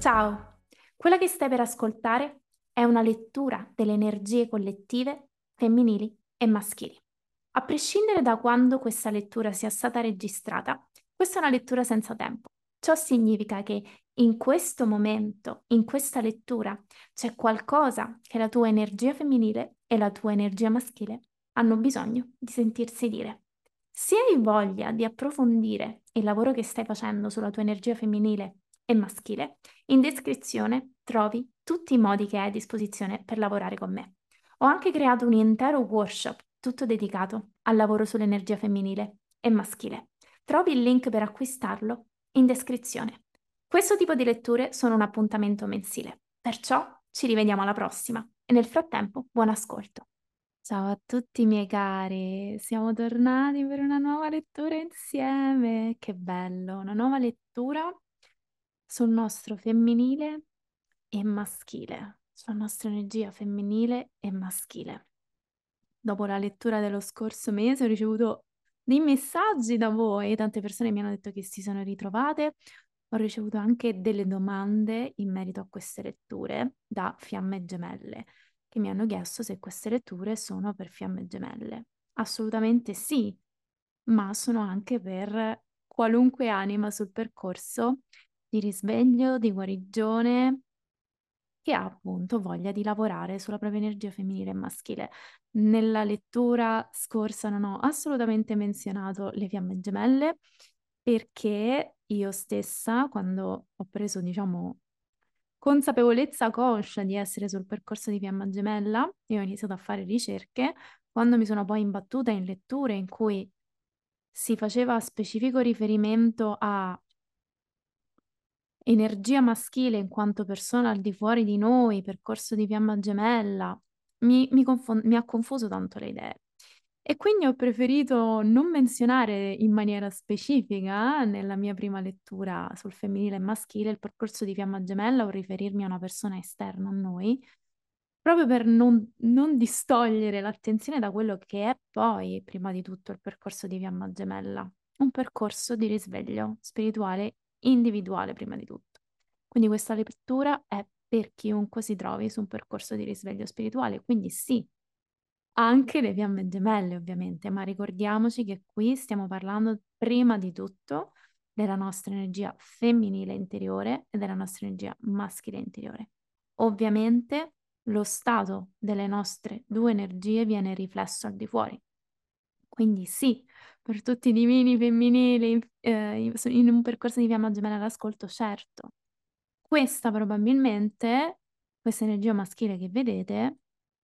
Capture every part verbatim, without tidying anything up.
Ciao, quella che stai per ascoltare è una lettura delle energie collettive femminili e maschili. A prescindere da quando questa lettura sia stata registrata, questa è una lettura senza tempo. Ciò significa che in questo momento, in questa lettura, c'è qualcosa che la tua energia femminile e la tua energia maschile hanno bisogno di sentirsi dire. Se hai voglia di approfondire il lavoro che stai facendo sulla tua energia femminile e maschile, in descrizione trovi tutti i modi che hai a disposizione per lavorare con me. Ho anche creato un intero workshop tutto dedicato al lavoro sull'energia femminile e maschile. Trovi il link per acquistarlo in descrizione. Questo tipo di letture sono un appuntamento mensile, perciò ci rivediamo alla prossima e nel frattempo buon ascolto. Ciao a tutti miei cari, siamo tornati per una nuova lettura insieme. Che bello, una nuova lettura sul nostro femminile e maschile, sulla nostra energia femminile e maschile. Dopo la lettura dello scorso mese ho ricevuto dei messaggi da voi, tante persone mi hanno detto che si sono ritrovate. Ho ricevuto anche delle domande in merito a queste letture da fiamme gemelle, che mi hanno chiesto se queste letture sono per fiamme gemelle. Assolutamente sì, ma sono anche per qualunque anima sul percorso di risveglio, di guarigione, che ha appunto voglia di lavorare sulla propria energia femminile e maschile. Nella lettura scorsa non ho assolutamente menzionato le fiamme gemelle perché io stessa, quando ho preso, diciamo, consapevolezza conscia di essere sul percorso di fiamma gemella, io ho iniziato a fare ricerche, quando mi sono poi imbattuta in letture in cui si faceva specifico riferimento a energia maschile in quanto persona al di fuori di noi, percorso di fiamma gemella, mi, mi confon- mi ha confuso tanto le idee. E quindi ho preferito non menzionare in maniera specifica nella mia prima lettura sul femminile e maschile il percorso di fiamma gemella o riferirmi a una persona esterna a noi, proprio per non, non distogliere l'attenzione da quello che è poi, prima di tutto, il percorso di fiamma gemella, un percorso di risveglio spirituale individuale prima di tutto. Quindi questa lettura è per chiunque si trovi su un percorso di risveglio spirituale, quindi sì, anche le fiamme gemelle ovviamente, ma ricordiamoci che qui stiamo parlando prima di tutto della nostra energia femminile interiore e della nostra energia maschile interiore. Ovviamente lo stato delle nostre due energie viene riflesso al di fuori. Quindi sì, per tutti i divini femminili in, eh, in in un percorso di fiamma gemella all'ascolto, certo. Questa probabilmente, questa energia maschile che vedete,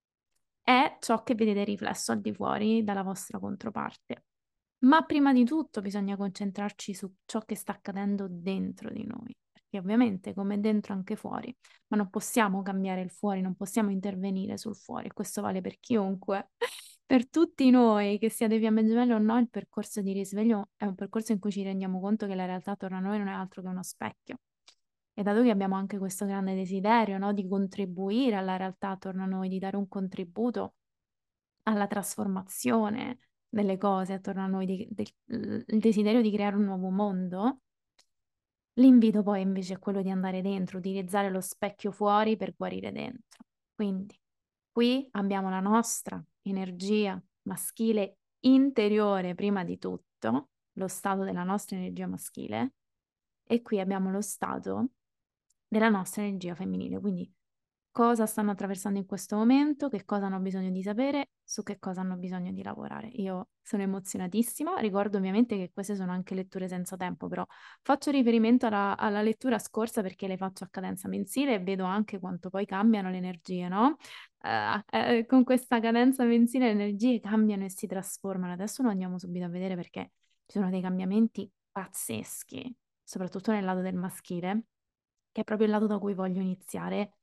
è ciò che vedete riflesso al di fuori dalla vostra controparte. Ma prima di tutto bisogna concentrarci su ciò che sta accadendo dentro di noi, perché ovviamente come dentro anche fuori, ma non possiamo cambiare il fuori, non possiamo intervenire sul fuori, questo vale per chiunque. Per tutti noi, che siate fiamme gemelle o no, il percorso di risveglio è un percorso in cui ci rendiamo conto che la realtà attorno a noi non è altro che uno specchio. E dato che abbiamo anche questo grande desiderio, no, di contribuire alla realtà attorno a noi, di dare un contributo alla trasformazione delle cose attorno a noi, di- del- il desiderio di creare un nuovo mondo, l'invito poi invece è quello di andare dentro, utilizzare lo specchio fuori per guarire dentro. Quindi qui abbiamo la nostra energia maschile interiore prima di tutto, lo stato della nostra energia maschile, e qui abbiamo lo stato della nostra energia femminile. Quindi cosa stanno attraversando in questo momento, che cosa hanno bisogno di sapere, su che cosa hanno bisogno di lavorare. Io sono emozionatissima, ricordo ovviamente che queste sono anche letture senza tempo, però faccio riferimento alla, alla lettura scorsa perché le faccio a cadenza mensile e vedo anche quanto poi cambiano le energie, no? Eh, eh, con questa cadenza mensile le energie cambiano e si trasformano. Adesso lo andiamo subito a vedere perché ci sono dei cambiamenti pazzeschi, soprattutto nel lato del maschile, che è proprio il lato da cui voglio iniziare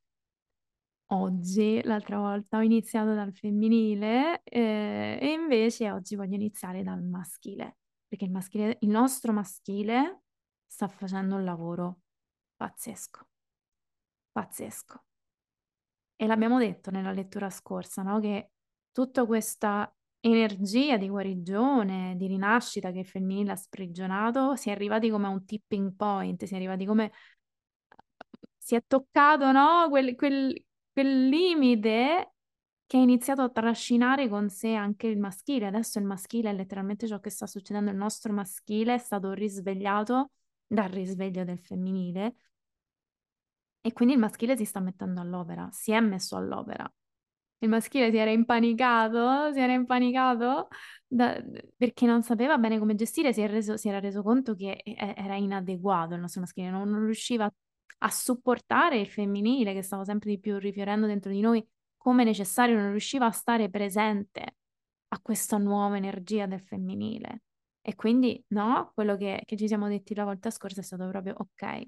oggi. L'altra volta ho iniziato dal femminile, eh, e invece oggi voglio iniziare dal maschile, perché il maschile, il nostro maschile sta facendo un lavoro pazzesco, pazzesco. E l'abbiamo detto nella lettura scorsa, no? Che tutta questa energia di guarigione, di rinascita che il femminile ha sprigionato, si è arrivati come a un tipping point, si è arrivati come si è toccato, no? Quel, quel, quel limite che ha iniziato a trascinare con sé anche il maschile. Adesso il maschile è letteralmente ciò che sta succedendo. Il nostro maschile è stato risvegliato dal risveglio del femminile e quindi il maschile si sta mettendo all'opera, si è messo all'opera. Il maschile si era impanicato, si era impanicato da- perché non sapeva bene come gestire, si è reso- si era reso conto che e- era inadeguato il nostro maschile, non, non riusciva a supportare il femminile che stava sempre di più rifiorendo dentro di noi come necessario, non riusciva a stare presente a questa nuova energia del femminile. E quindi, no, quello che, che ci siamo detti la volta scorsa è stato proprio ok.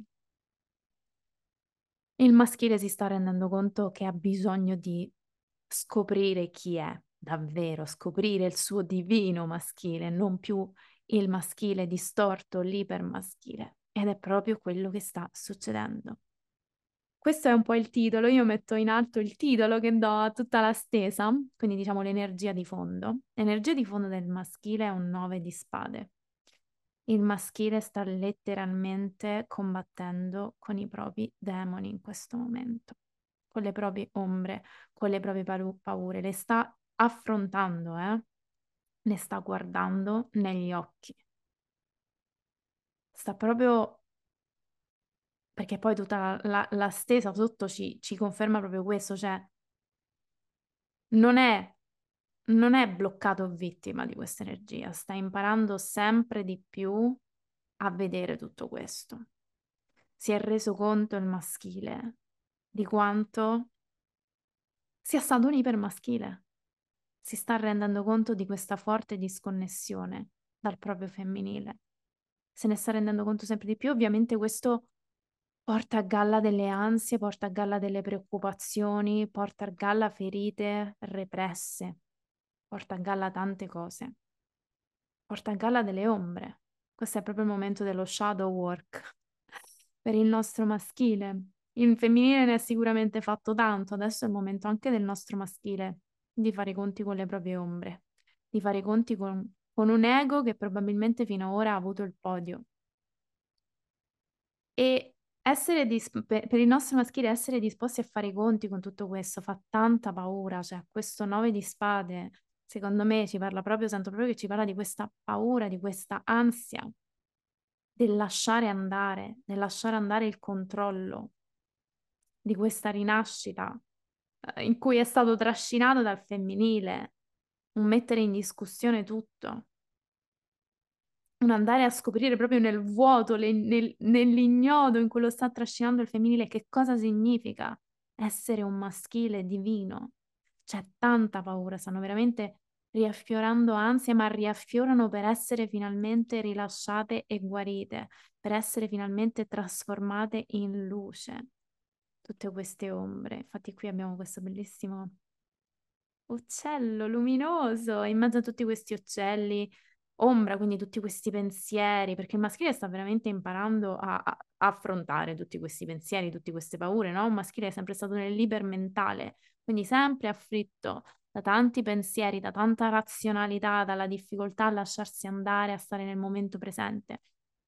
Il maschile si sta rendendo conto che ha bisogno di scoprire chi è davvero, scoprire il suo divino maschile, non più il maschile distorto, l'ipermaschile. Ed è proprio quello che sta succedendo. Questo è un po' il titolo, io metto in alto il titolo che do a tutta la stesa, quindi diciamo l'energia di fondo. L'energia di fondo del maschile è un nove di spade. Il maschile sta letteralmente combattendo con i propri demoni in questo momento, con le proprie ombre, con le proprie paru- paure. Le sta affrontando, eh? Le sta guardando negli occhi. Sta proprio, perché poi tutta la, la- la stesa sotto ci, ci conferma proprio questo, cioè non è, non è bloccato o vittima di questa energia, sta imparando sempre di più a vedere tutto questo. Si è reso conto il maschile di quanto sia stato un ipermaschile. Si sta rendendo conto di questa forte disconnessione dal proprio femminile. Se ne sta rendendo conto sempre di più. Ovviamente questo porta a galla delle ansie, porta a galla delle preoccupazioni, porta a galla ferite represse, porta a galla tante cose, porta a galla delle ombre. Questo è proprio il momento dello shadow work per il nostro maschile. Il femminile ne ha sicuramente fatto tanto, adesso è il momento anche del nostro maschile di fare i conti con le proprie ombre, di fare i conti con, con un ego che probabilmente fino ad ora ha avuto il podio. E essere dis- per, per il nostro maschile essere disposti a fare i conti con tutto questo fa tanta paura, cioè questo nove di spade, secondo me ci parla proprio, sento proprio che ci parla di questa paura, di questa ansia del lasciare andare, del lasciare andare il controllo di questa rinascita eh, in cui è stato trascinato dal femminile, un mettere in discussione tutto, un andare a scoprire proprio nel vuoto, le- nel- nell'ignoto in cui lo sta trascinando il femminile, che cosa significa essere un maschile divino. C'è tanta paura, stanno veramente riaffiorando ansie, ma riaffiorano per essere finalmente rilasciate e guarite, per essere finalmente trasformate in luce. Tutte queste ombre. Infatti qui abbiamo questo bellissimo uccello luminoso, in mezzo a tutti questi uccelli, ombra, quindi tutti questi pensieri, perché il maschile sta veramente imparando a, a- a affrontare tutti questi pensieri, tutte queste paure, no? Un maschile è sempre stato nell'ipermentale, quindi sempre afflitto da tanti pensieri, da tanta razionalità, dalla difficoltà a lasciarsi andare, a stare nel momento presente.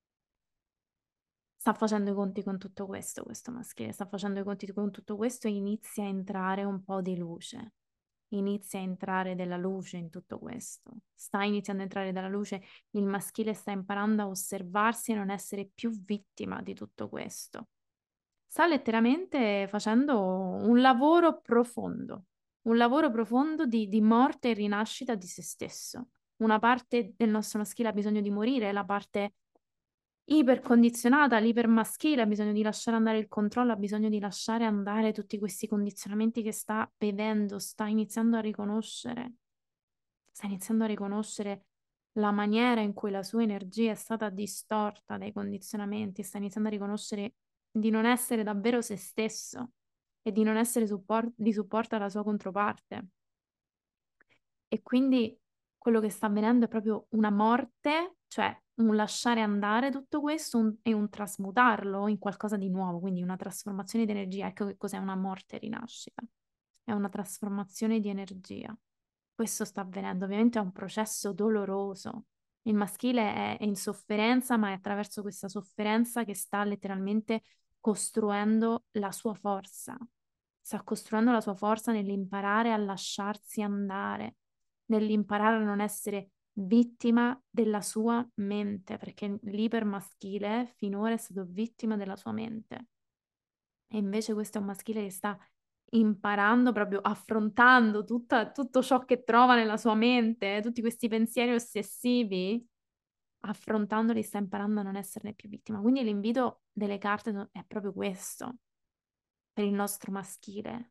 Sta facendo i conti con tutto questo, questo maschile, sta facendo i conti con tutto questo e inizia a entrare un po' di luce. Inizia a entrare della luce in tutto questo. Sta iniziando a entrare della luce, il maschile sta imparando a osservarsi e non essere più vittima di tutto questo. Sta letteralmente facendo un lavoro profondo, un lavoro profondo di, di morte e rinascita di se stesso. Una parte del nostro maschile ha bisogno di morire, la parte ipercondizionata, l'ipermaschile ha bisogno di lasciare andare il controllo, ha bisogno di lasciare andare tutti questi condizionamenti che sta vedendo, sta iniziando a riconoscere, sta iniziando a riconoscere la maniera in cui la sua energia è stata distorta dai condizionamenti, sta iniziando a riconoscere di non essere davvero se stesso e di non essere support- di supporto alla sua controparte. E quindi quello che sta avvenendo è proprio una morte, cioè un lasciare andare tutto questo un- e un trasmutarlo in qualcosa di nuovo, quindi una trasformazione di energia. Ecco che cos'è una morte e rinascita. È una trasformazione di energia. Questo sta avvenendo, ovviamente è un processo doloroso. Il maschile è, è in sofferenza, ma è attraverso questa sofferenza che sta letteralmente costruendo la sua forza, sta costruendo la sua forza nell'imparare a lasciarsi andare, nell'imparare a non essere vittima della sua mente, perché l'ipermaschile finora è stato vittima della sua mente. E invece questo è un maschile che sta imparando, proprio affrontando tutta- tutto ciò che trova nella sua mente, tutti questi pensieri ossessivi, affrontandoli sta imparando a non esserne più vittima. Quindi l'invito delle carte è proprio questo, per il nostro maschile,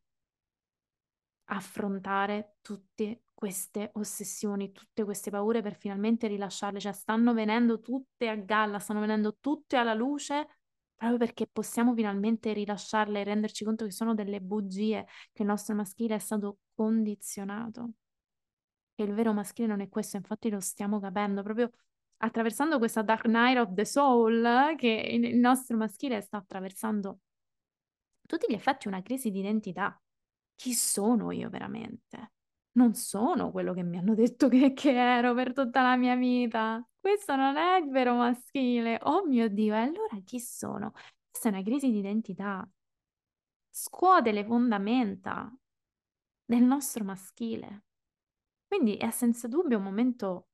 affrontare tutte queste ossessioni, tutte queste paure per finalmente rilasciarle, cioè stanno venendo tutte a galla, stanno venendo tutte alla luce proprio perché possiamo finalmente rilasciarle e renderci conto che sono delle bugie, che il nostro maschile è stato condizionato. E il vero maschile non è questo, infatti lo stiamo capendo proprio attraversando questa Dark Night of the Soul che il il nostro maschile sta attraversando a tutti gli effetti una crisi di identità. Chi sono io veramente? Non sono quello che mi hanno detto che, che ero per tutta la mia vita. Questo non è il vero maschile. Oh mio Dio, e allora chi sono? Questa è una crisi di identità. Scuote le fondamenta del nostro maschile. Quindi è senza dubbio un momento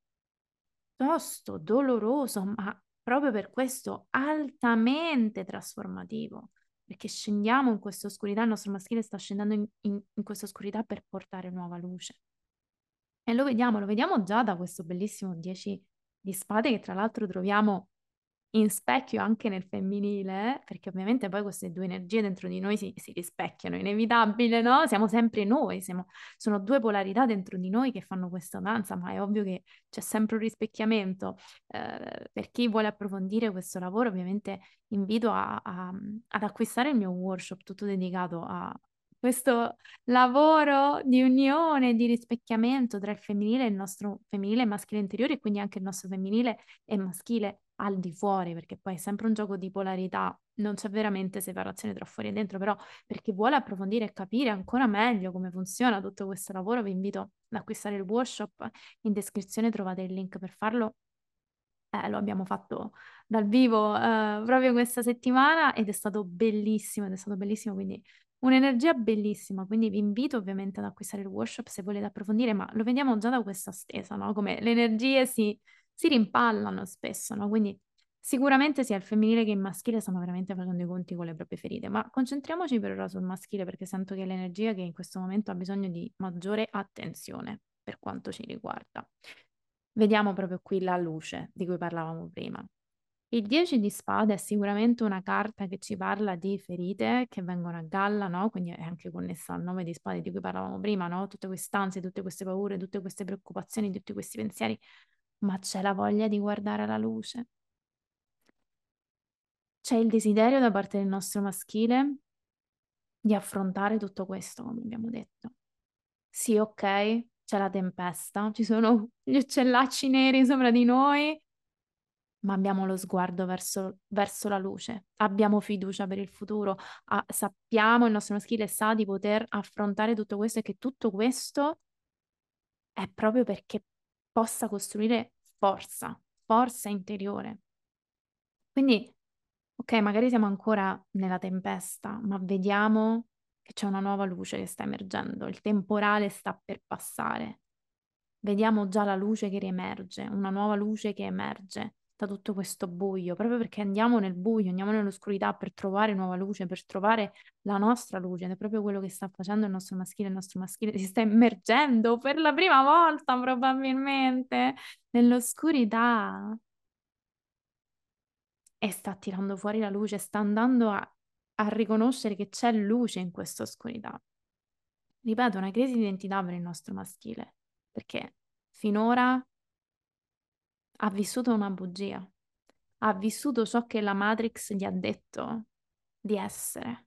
tosto, doloroso, ma proprio per questo altamente trasformativo, perché scendiamo in questa oscurità, il nostro maschile sta scendendo in, in- in questa oscurità per portare nuova luce. E lo vediamo, lo vediamo già da questo bellissimo dieci di spade che tra l'altro troviamo in specchio anche nel femminile, eh, perché ovviamente poi queste due energie dentro di noi si, si rispecchiano, è inevitabile, no? Siamo sempre noi, siamo- sono due polarità dentro di noi che fanno questa danza, ma è ovvio che c'è sempre un rispecchiamento. Eh, per chi vuole approfondire questo lavoro, ovviamente invito a- a- ad acquistare il mio workshop tutto dedicato a questo lavoro di unione, di rispecchiamento tra il femminile e il nostro femminile e maschile interiore, e quindi anche il nostro femminile e maschile al di fuori, perché poi è sempre un gioco di polarità, non c'è veramente separazione tra fuori e dentro, però per chi vuole approfondire e capire ancora meglio come funziona tutto questo lavoro, vi invito ad acquistare il workshop. In descrizione trovate il link per farlo. Eh, lo abbiamo fatto dal vivo eh, proprio questa settimana ed è stato bellissimo, ed è stato bellissimo, quindi un'energia bellissima, quindi vi invito ovviamente ad acquistare il workshop se volete approfondire, ma lo vediamo già da questa stesa, no? Come le energie si, si rimpallano spesso, no? Quindi sicuramente sia il femminile che il maschile stanno veramente facendo i conti con le proprie ferite, ma concentriamoci per ora sul maschile perché sento che è l'energia che in questo momento ha bisogno di maggiore attenzione per quanto ci riguarda. Vediamo proprio qui la luce di cui parlavamo prima. Il dieci di spade è sicuramente una carta che ci parla di ferite che vengono a galla, no? Quindi è anche connessa al nove di spade di cui parlavamo prima, no? Tutte queste ansie, tutte queste paure, tutte queste preoccupazioni, tutti questi pensieri, ma c'è la voglia di guardare alla luce. C'è il desiderio da parte del nostro maschile di affrontare tutto questo, come abbiamo detto. Sì, ok, c'è la tempesta, ci sono gli uccellacci neri sopra di noi, ma abbiamo lo sguardo verso, verso la luce, abbiamo fiducia per il futuro, ah, sappiamo, il nostro maschile sa di poter affrontare tutto questo e che tutto questo è proprio perché possa costruire forza, forza interiore. Quindi, ok, magari siamo ancora nella tempesta, ma vediamo che c'è una nuova luce che sta emergendo, il temporale sta per passare. Vediamo già la luce che riemerge, una nuova luce che emerge da tutto questo buio, proprio perché andiamo nel buio, andiamo nell'oscurità per trovare nuova luce, per trovare la nostra luce, ed è proprio quello che sta facendo il nostro maschile, il nostro maschile si sta immergendo per la prima volta probabilmente nell'oscurità e sta tirando fuori la luce, sta andando a, a riconoscere che c'è luce in questa oscurità. Ripeto, una crisi di identità per il nostro maschile, perché finora ha vissuto una bugia, ha vissuto ciò che la Matrix gli ha detto di essere,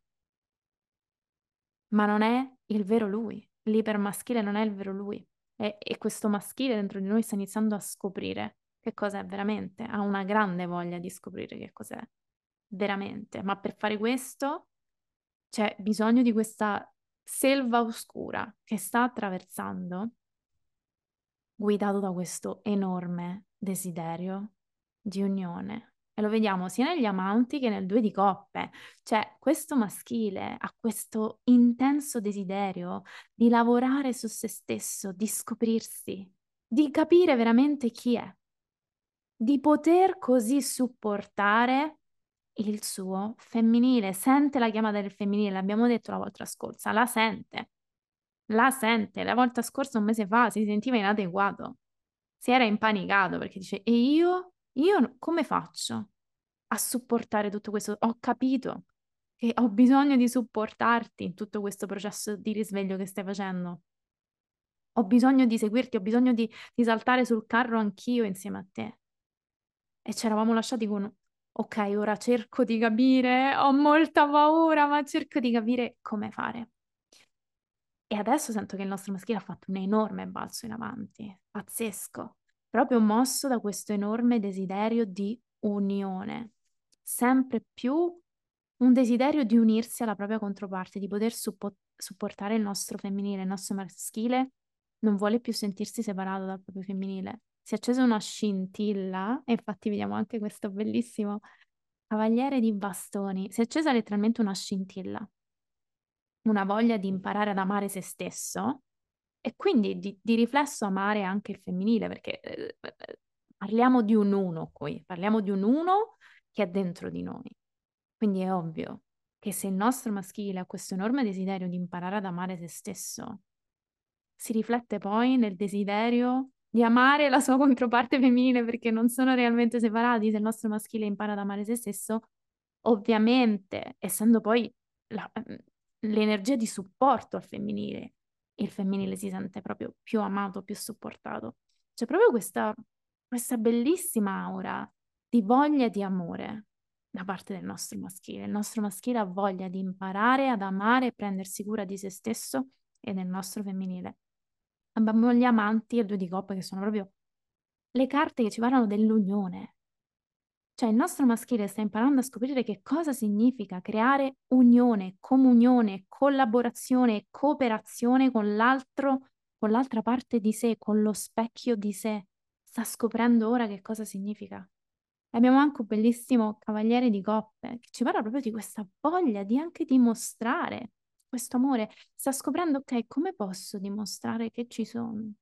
ma non è il vero lui. L'ipermaschile non è il vero lui. E, e questo maschile dentro di noi sta iniziando a scoprire che cos'è veramente, ha una grande voglia di scoprire che cos'è veramente, ma per fare questo c'è bisogno di questa selva oscura che sta attraversando, guidato da questo enorme desiderio di unione E lo vediamo sia negli amanti che nel due di coppe. Cioè, questo maschile ha questo intenso desiderio di lavorare su se stesso, di scoprirsi, di capire veramente chi è, di poter così supportare il suo femminile. Sente la chiamata del femminile, l'abbiamo detto la volta scorsa, la sente, la sente. La volta scorsa, un mese fa, si sentiva inadeguato, si era impanicato perché dice, e io? Io come faccio a supportare tutto questo? Ho capito che ho bisogno di supportarti in tutto questo processo di risveglio che stai facendo. Ho bisogno di seguirti, ho bisogno di, di saltare sul carro anch'io insieme a te. E ci eravamo lasciati con, ok, ora cerco di capire, ho molta paura, ma cerco di capire come fare. E adesso sento che il nostro maschile ha fatto un enorme balzo in avanti, pazzesco, proprio mosso da questo enorme desiderio di unione, sempre più un desiderio di unirsi alla propria controparte, di poter suppo- supportare il nostro femminile, il nostro maschile non vuole più sentirsi separato dal proprio femminile. Si è accesa una scintilla, e infatti vediamo anche questo bellissimo cavaliere di bastoni, si è accesa letteralmente una scintilla, una voglia di imparare ad amare se stesso e quindi di, di riflesso amare anche il femminile, perché eh, eh, parliamo di un uno qui, parliamo di un uno che è dentro di noi. Quindi è ovvio che se il nostro maschile ha questo enorme desiderio di imparare ad amare se stesso, si riflette poi nel desiderio di amare la sua controparte femminile perché non sono realmente separati. Se il nostro maschile impara ad amare se stesso, ovviamente, essendo poi la- ehm, l'energia di supporto al femminile, il femminile si sente proprio più amato, più supportato. C'è proprio questa, questa bellissima aura di voglia di amore da parte del nostro maschile. Il nostro maschile ha voglia di imparare ad amare e prendersi cura di se stesso e del nostro femminile. Abbiamo gli amanti e il due di coppe che sono proprio le carte che ci parlano dell'unione. Cioè il nostro maschile sta imparando a scoprire che cosa significa creare unione, comunione, collaborazione e cooperazione con l'altro, con l'altra parte di sé, con lo specchio di sé. Sta scoprendo ora che cosa significa. Abbiamo anche un bellissimo Cavaliere di Coppe che ci parla proprio di questa voglia di anche dimostrare questo amore. Sta scoprendo, ok, come posso dimostrare che ci sono?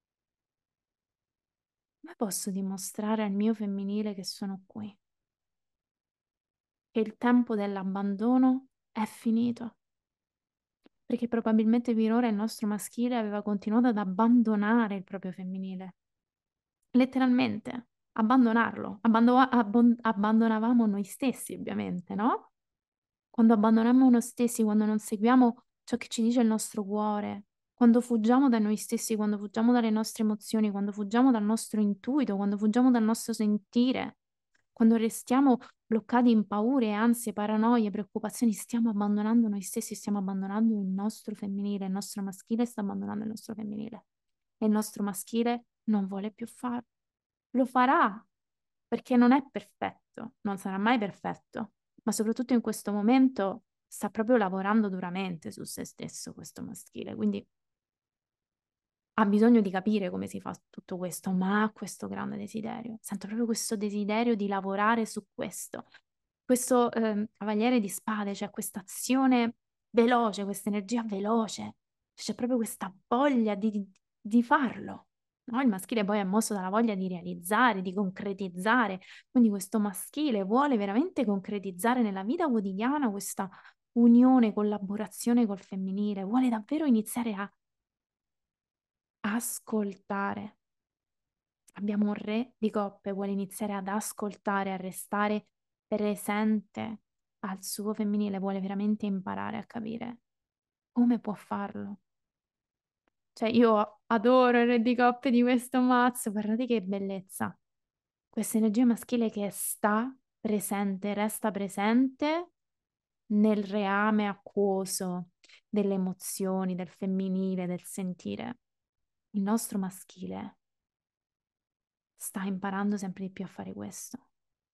Come posso dimostrare al mio femminile che sono qui? Che il tempo dell'abbandono è finito? Perché probabilmente finora il nostro maschile aveva continuato ad abbandonare il proprio femminile. Letteralmente, abbandonarlo. Abbando- abbon- abbandonavamo noi stessi, ovviamente, no? Quando abbandoniamo noi stessi, quando non seguiamo ciò che ci dice il nostro cuore, quando fuggiamo da noi stessi, quando fuggiamo dalle nostre emozioni, quando fuggiamo dal nostro intuito, quando fuggiamo dal nostro sentire, quando restiamo bloccati in paure, ansie, paranoie, preoccupazioni, stiamo abbandonando noi stessi, stiamo abbandonando il nostro femminile, il nostro maschile sta abbandonando il nostro femminile e il nostro maschile non vuole più farlo. Lo farà perché non è perfetto, non sarà mai perfetto, ma soprattutto in questo momento sta proprio lavorando duramente su se stesso questo maschile, quindi ha bisogno di capire come si fa tutto questo, ma ha questo grande desiderio. Sento proprio questo desiderio di lavorare su questo. Questo ehm, cavaliere di spade, cioè questa azione veloce, questa energia veloce, c'è proprio questa voglia di, di farlo. No? Il maschile poi è mosso dalla voglia di realizzare, di concretizzare. Quindi questo maschile vuole veramente concretizzare nella vita quotidiana questa unione, collaborazione col femminile, vuole davvero iniziare a ascoltare. Abbiamo un re di coppe, vuole iniziare ad ascoltare, a restare presente al suo femminile, vuole veramente imparare a capire come può farlo. Cioè, io adoro il re di coppe di questo mazzo, guardate che bellezza. Questa energia maschile che sta presente, resta presente nel reame acquoso delle emozioni, del femminile, del sentire. Il nostro maschile sta imparando sempre di più a fare questo.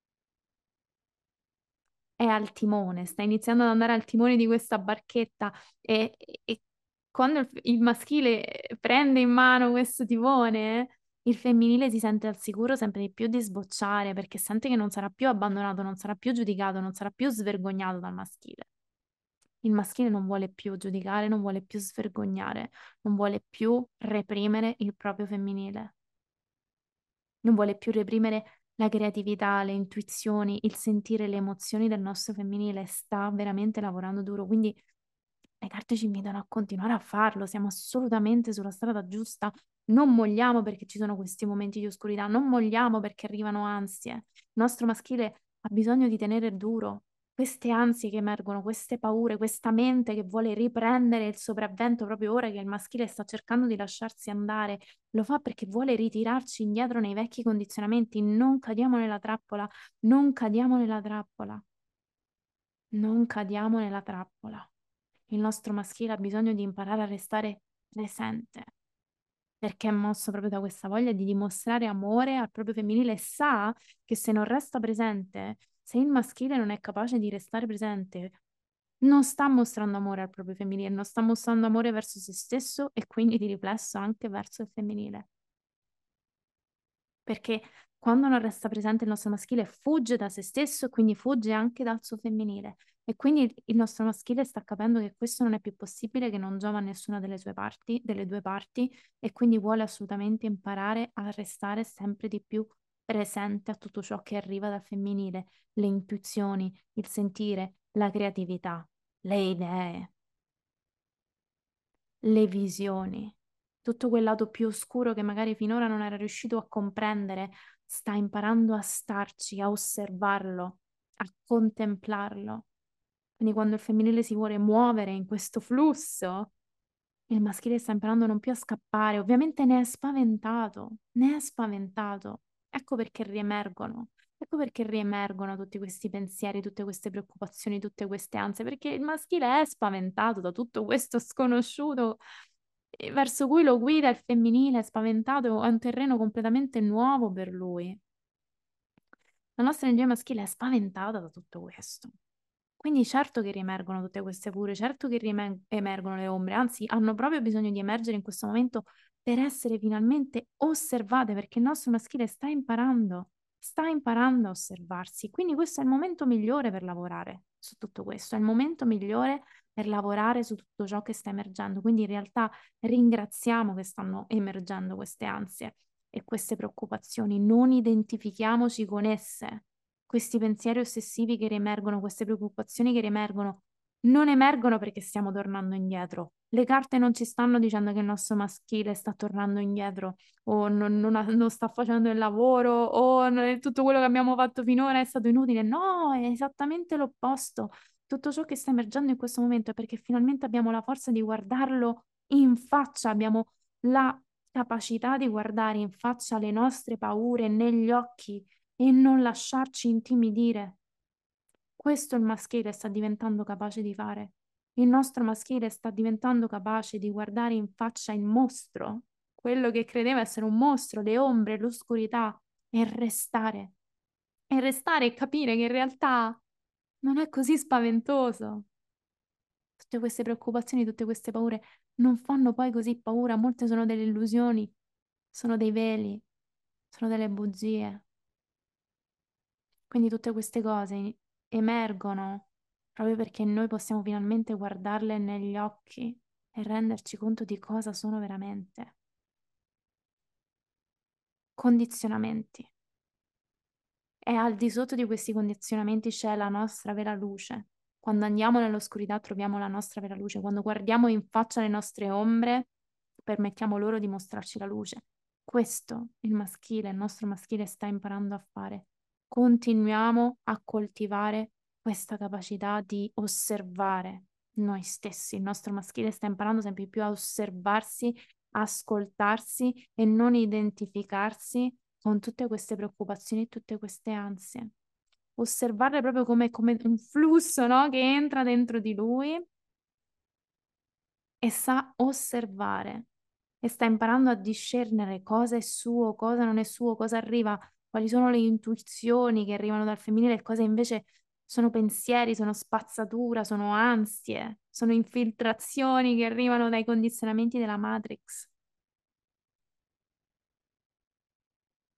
È al timone, sta iniziando ad andare al timone di questa barchetta e, e quando il, il maschile prende in mano questo timone, Il femminile si sente al sicuro sempre di più di sbocciare perché sente che non sarà più abbandonato, non sarà più giudicato, non sarà più svergognato dal maschile. Il maschile non vuole più giudicare, non vuole più svergognare, non vuole più reprimere il proprio femminile, non vuole più reprimere la creatività, le intuizioni, il sentire le emozioni del nostro femminile. Sta veramente lavorando duro, quindi le carte ci invitano a continuare a farlo, siamo assolutamente sulla strada giusta. Non molliamo perché ci sono questi momenti di oscurità, non molliamo perché arrivano ansie. Il nostro maschile ha bisogno di tenere duro. Queste ansie che emergono, queste paure, questa mente che vuole riprendere il sopravvento proprio ora che il maschile sta cercando di lasciarsi andare, lo fa perché vuole ritirarci indietro nei vecchi condizionamenti. Non cadiamo nella trappola, non cadiamo nella trappola, non cadiamo nella trappola. Il nostro maschile ha bisogno di imparare a restare presente, perché è mosso proprio da questa voglia di dimostrare amore al proprio femminile e sa che se non resta presente, se il maschile non è capace di restare presente, non sta mostrando amore al proprio femminile, non sta mostrando amore verso se stesso e quindi di riflesso anche verso il femminile. Perché quando non resta presente il nostro maschile fugge da se stesso e quindi fugge anche dal suo femminile. E quindi il il nostro maschile sta capendo che questo non è più possibile, che non giova a nessuna delle sue parti, delle due parti, e quindi vuole assolutamente imparare a restare sempre di più presente a tutto ciò che arriva dal femminile, le intuizioni, il sentire, la creatività, le idee, le visioni, tutto quel lato più oscuro che magari finora non era riuscito a comprendere, sta imparando a starci, a osservarlo, a contemplarlo. Quindi quando il femminile si vuole muovere in questo flusso, il maschile sta imparando non più a scappare, ovviamente ne è spaventato, ne è spaventato. Ecco perché riemergono, ecco perché riemergono tutti questi pensieri, tutte queste preoccupazioni, tutte queste ansie, perché il maschile è spaventato da tutto questo sconosciuto eh, verso cui lo guida il femminile, è spaventato, è un terreno completamente nuovo per lui. La nostra energia maschile è spaventata da tutto questo. Quindi certo che riemergono tutte queste paure, certo che riemergono le ombre, anzi hanno proprio bisogno di emergere in questo momento per essere finalmente osservate, perché il nostro maschile sta imparando, sta imparando a osservarsi. Quindi questo è il momento migliore per lavorare su tutto questo, è il momento migliore per lavorare su tutto ciò che sta emergendo. Quindi in realtà ringraziamo che stanno emergendo queste ansie e queste preoccupazioni, non identifichiamoci con esse. Questi pensieri ossessivi che riemergono, queste preoccupazioni che riemergono, non emergono perché stiamo tornando indietro. Le carte non ci stanno dicendo che il nostro maschile sta tornando indietro o non, non ha- non sta facendo il lavoro o non- tutto quello che abbiamo fatto finora è stato inutile. No, è esattamente l'opposto. Tutto ciò che sta emergendo in questo momento è perché finalmente abbiamo la forza di guardarlo in faccia, abbiamo la capacità di guardare in faccia le nostre paure negli occhi e non lasciarci intimidire. Questo il maschile sta diventando capace di fare. Il nostro maschile sta diventando capace di guardare in faccia il mostro, quello che credeva essere un mostro, le ombre, l'oscurità, e restare. E restare e capire che in realtà non è così spaventoso. Tutte queste preoccupazioni, tutte queste paure non fanno poi così paura, molte sono delle illusioni, sono dei veli, sono delle bugie. Quindi tutte queste cose emergono proprio perché noi possiamo finalmente guardarle negli occhi e renderci conto di cosa sono veramente. Condizionamenti. E al di sotto di questi condizionamenti c'è la nostra vera luce. Quando andiamo nell'oscurità troviamo la nostra vera luce. Quando guardiamo in faccia le nostre ombre, permettiamo loro di mostrarci la luce. Questo il maschile, il nostro maschile sta imparando a fare. Continuiamo a coltivare questa capacità di osservare noi stessi. Il nostro maschile sta imparando sempre di più a osservarsi, ascoltarsi e non identificarsi con tutte queste preoccupazioni e tutte queste ansie. Osservarle proprio come, come un flusso, no? Che entra dentro di lui e sa osservare e sta imparando a discernere cosa è suo, cosa non è suo, cosa arriva, quali sono le intuizioni che arrivano dal femminile e cosa invece sono pensieri, sono spazzatura, sono ansie, sono infiltrazioni che arrivano dai condizionamenti della Matrix.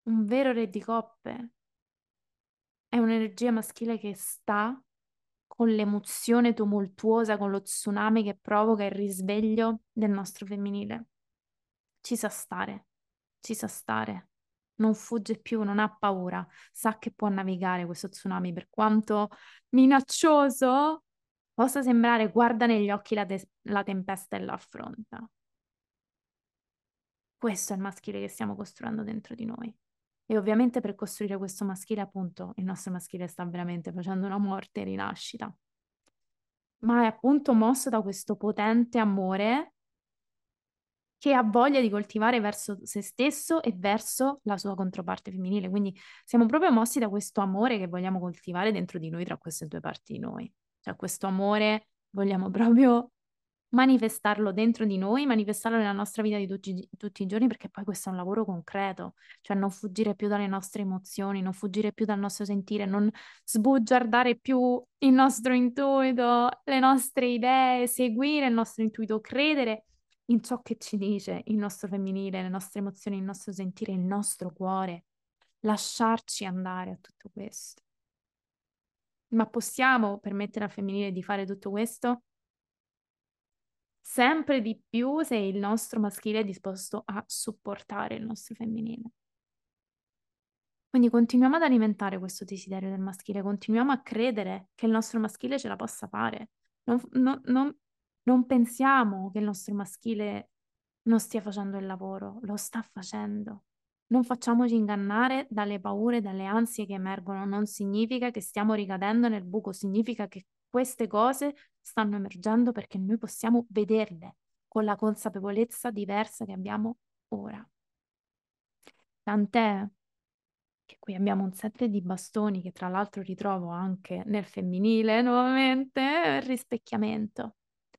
Un vero re di coppe è un'energia maschile che sta con l'emozione tumultuosa, con lo tsunami che provoca il risveglio del nostro femminile. Ci sa stare, ci sa stare, non fugge più, non ha paura, sa che può navigare questo tsunami, per quanto minaccioso possa sembrare, guarda negli occhi la, te- la tempesta e l'affronta. Questo è il maschile che stiamo costruendo dentro di noi. E ovviamente per costruire questo maschile, appunto, il nostro maschile sta veramente facendo una morte e rinascita, ma è appunto mosso da questo potente amore che ha voglia di coltivare verso se stesso e verso la sua controparte femminile. Quindi siamo proprio mossi da questo amore che vogliamo coltivare dentro di noi, tra queste due parti di noi. Cioè questo amore vogliamo proprio manifestarlo dentro di noi, manifestarlo nella nostra vita di tutti, tutti i giorni, perché poi questo è un lavoro concreto, cioè non fuggire più dalle nostre emozioni, non fuggire più dal nostro sentire, non sbugiardare più il nostro intuito, le nostre idee, seguire il nostro intuito, credere in ciò che ci dice il nostro femminile, le nostre emozioni, il nostro sentire, il nostro cuore, lasciarci andare a tutto questo. Ma possiamo permettere al femminile di fare tutto questo? Sempre di più se il nostro maschile è disposto a supportare il nostro femminile. Quindi continuiamo ad alimentare questo desiderio del maschile, continuiamo a credere che il nostro maschile ce la possa fare. Non, non- non- non pensiamo che il nostro maschile non stia facendo il lavoro, lo sta facendo. Non facciamoci ingannare dalle paure, dalle ansie che emergono. Non significa che stiamo ricadendo nel buco, significa che queste cose stanno emergendo perché noi possiamo vederle con la consapevolezza diversa che abbiamo ora. Tant'è che qui abbiamo un set di bastoni che tra l'altro ritrovo anche nel femminile nuovamente, il rispecchiamento.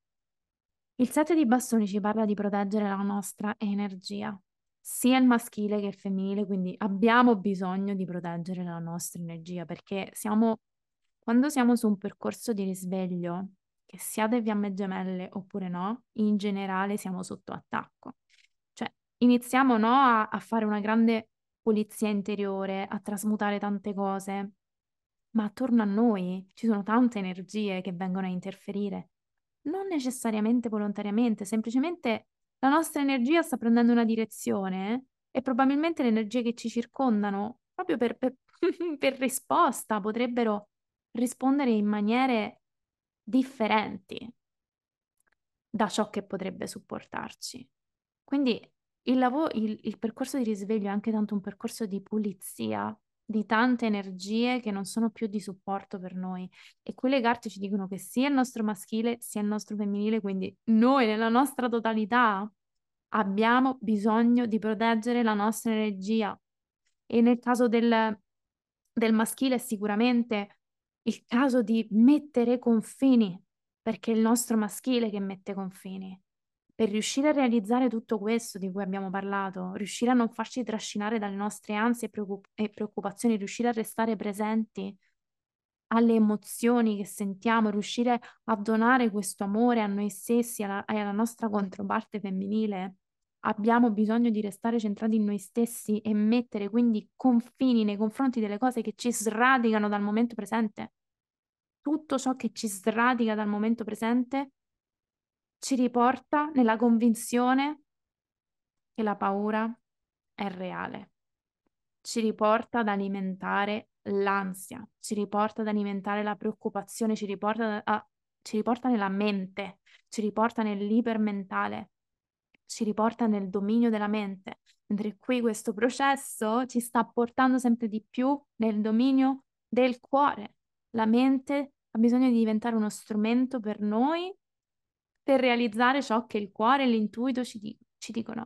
Il set di bastoni ci parla di proteggere la nostra energia, sia il maschile che il femminile, quindi abbiamo bisogno di proteggere la nostra energia perché siamo, quando siamo su un percorso di risveglio, che siate fiamme gemelle oppure no, in generale siamo sotto attacco. Cioè, iniziamo no, a, a fare una grande pulizia interiore, a trasmutare tante cose, ma attorno a noi ci sono tante energie che vengono a interferire, non necessariamente volontariamente, semplicemente la nostra energia sta prendendo una direzione e probabilmente le energie che ci circondano, proprio per, per- per risposta, potrebbero rispondere in maniere differenti da ciò che potrebbe supportarci. Quindi il lavoro, il, il percorso di risveglio è anche tanto un percorso di pulizia di tante energie che non sono più di supporto per noi. E qui le carte ci dicono che sia il nostro maschile sia il nostro femminile, quindi noi nella nostra totalità abbiamo bisogno di proteggere la nostra energia. E nel caso del, del maschile è sicuramente il caso di mettere confini, perché è il nostro maschile che mette confini. Per riuscire a realizzare tutto questo di cui abbiamo parlato, riuscire a non farci trascinare dalle nostre ansie e preoccup- e preoccupazioni, riuscire a restare presenti alle emozioni che sentiamo, riuscire a donare questo amore a noi stessi alla- e alla nostra controparte femminile, abbiamo bisogno di restare centrati in noi stessi e mettere quindi confini nei confronti delle cose che ci sradicano dal momento presente. Tutto ciò che ci sradica dal momento presente ci riporta nella convinzione che la paura è reale, ci riporta ad alimentare l'ansia, ci riporta ad alimentare la preoccupazione, ci riporta, a- ci riporta nella mente, ci riporta nell'ipermentale, ci riporta nel dominio della mente, mentre qui questo processo ci sta portando sempre di più nel dominio del cuore. La mente ha bisogno di diventare uno strumento per noi per realizzare ciò che il cuore e l'intuito ci, di- ci dicono.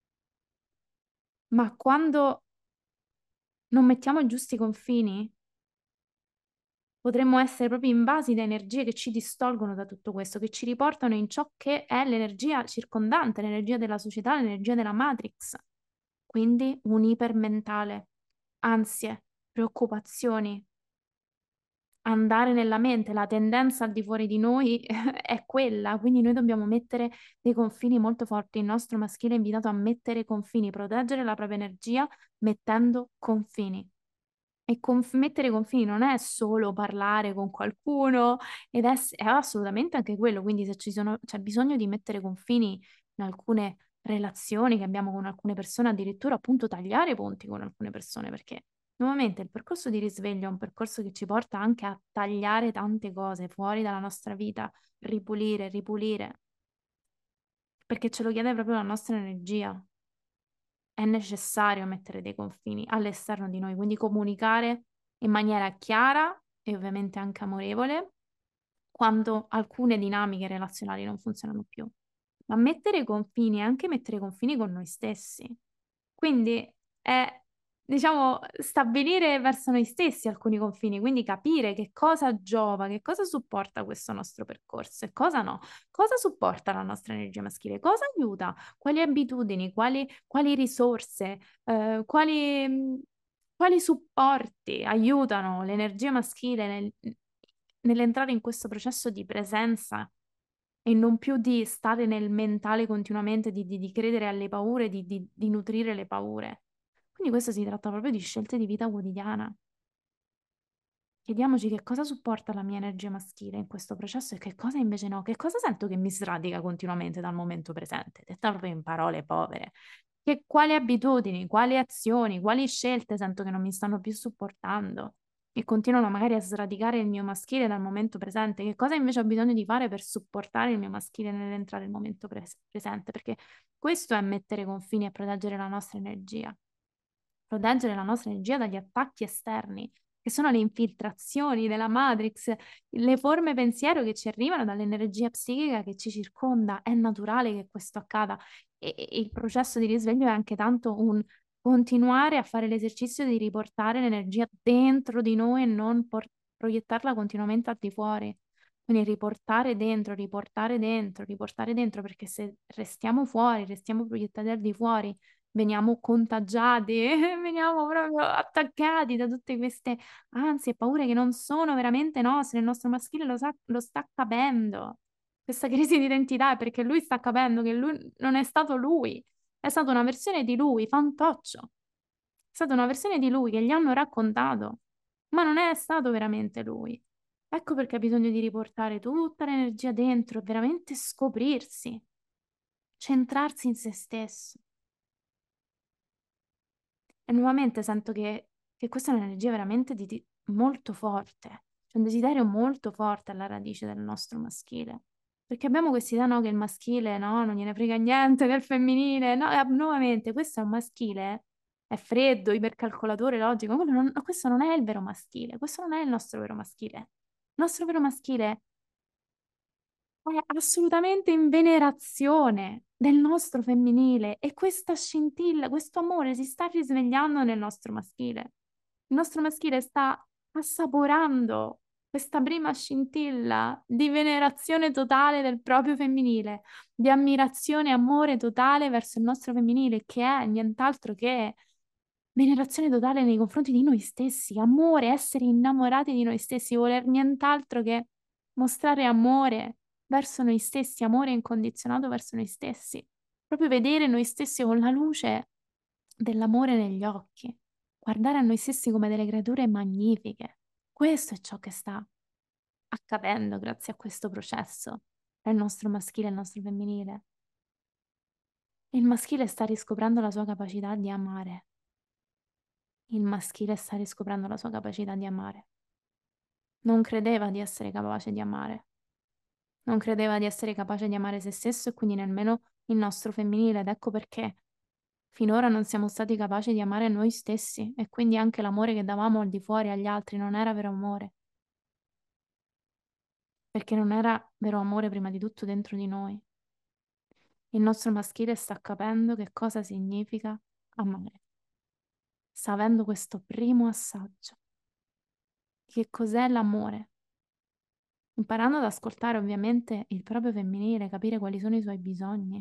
Ma quando non mettiamo i giusti confini, potremmo essere proprio invasi da energie che ci distolgono da tutto questo, che ci riportano in ciò che è l'energia circondante, l'energia della società, l'energia della Matrix. Quindi un ipermentale, ansie, preoccupazioni, andare nella mente, la tendenza al di fuori di noi è quella, quindi noi dobbiamo mettere dei confini molto forti. Il nostro maschile è invitato a mettere confini, proteggere la propria energia mettendo confini. E conf- mettere confini non è solo parlare con qualcuno, ed è, è assolutamente anche quello. Quindi se ci sono, c'è bisogno di mettere confini in alcune relazioni che abbiamo con alcune persone, addirittura appunto tagliare i ponti con alcune persone, perché nuovamente il percorso di risveglio è un percorso che ci porta anche a tagliare tante cose fuori dalla nostra vita, ripulire, ripulire, perché ce lo chiede proprio la nostra energia. È necessario mettere dei confini all'esterno di noi, quindi comunicare in maniera chiara e ovviamente anche amorevole quando alcune dinamiche relazionali non funzionano più. Ma mettere confini è anche mettere confini con noi stessi. Quindi è, diciamo, stabilire verso noi stessi alcuni confini, quindi capire che cosa giova, che cosa supporta questo nostro percorso e cosa no, cosa supporta la nostra energia maschile, cosa aiuta, quali abitudini, quali, quali risorse, eh, quali, mh, quali supporti aiutano l'energia maschile nel- nell'entrare in questo processo di presenza e non più di stare nel mentale continuamente, di, di- di credere alle paure, di, di- di nutrire le paure. Quindi questo si tratta proprio di scelte di vita quotidiana. Chiediamoci che cosa supporta la mia energia maschile in questo processo e che cosa invece no, che cosa sento che mi sradica continuamente dal momento presente, detta proprio in parole povere. Che, quali abitudini, quali azioni, quali scelte sento che non mi stanno più supportando e continuano magari a sradicare il mio maschile dal momento presente. Che cosa invece ho bisogno di fare per supportare il mio maschile nell'entrare nel momento pres- presente? Perché questo è mettere confini e proteggere la nostra energia, proteggere la nostra energia dagli attacchi esterni, che sono le infiltrazioni della Matrix, le forme pensiero che ci arrivano dall'energia psichica che ci circonda. È naturale che questo accada e, e il processo di risveglio è anche tanto un continuare a fare l'esercizio di riportare l'energia dentro di noi e non por- proiettarla continuamente al di fuori. Quindi riportare dentro, riportare dentro, riportare dentro, perché se restiamo fuori, restiamo proiettati al di fuori, veniamo contagiati, veniamo proprio attaccati da tutte queste ansie e paure che non sono veramente nostre. Il nostro maschile lo sa, lo sta capendo. Questa crisi di identità è perché lui sta capendo che lui non è stato lui, è stata una versione di lui, fantoccio. È stata una versione di lui che gli hanno raccontato, ma non è stato veramente lui. Ecco perché ha bisogno di riportare tutta l'energia dentro e veramente scoprirsi, centrarsi in se stesso. E nuovamente sento che, che questa è un'energia veramente di, di- molto forte, c'è un desiderio molto forte alla radice del nostro maschile. Perché abbiamo questa idea, no, che il maschile, no, non gliene frega niente del femminile. No, e nuovamente, questo è un maschile, è freddo, ipercalcolatore, logico. Quello non- questo non è il vero maschile, questo non è il nostro vero maschile. Il nostro vero maschile è assolutamente in venerazione del nostro femminile e questa scintilla, questo amore si sta risvegliando nel nostro maschile. Il nostro maschile sta assaporando questa prima scintilla di venerazione totale del proprio femminile, di ammirazione e amore totale verso il nostro femminile, che è nient'altro che venerazione totale nei confronti di noi stessi, amore, essere innamorati di noi stessi, voler nient'altro che mostrare amore verso noi stessi, amore incondizionato verso noi stessi, proprio vedere noi stessi con la luce dell'amore negli occhi, guardare a noi stessi come delle creature magnifiche. Questo è ciò che sta accadendo grazie a questo processo tra il nostro maschile e il nostro femminile. Il maschile sta riscoprendo la sua capacità di amare. Il maschile sta riscoprendo la sua capacità di amare. Non credeva di essere capace di amare. Non credeva di essere capace di amare se stesso e quindi nemmeno il nostro femminile. Ed ecco perché finora non siamo stati capaci di amare noi stessi e quindi anche l'amore che davamo al di fuori agli altri non era vero amore, perché non era vero amore prima di tutto dentro di noi. Il nostro maschile sta capendo che cosa significa amare. Sta avendo questo primo assaggio di che cos'è l'amore, imparando ad ascoltare ovviamente il proprio femminile, capire quali sono i suoi bisogni.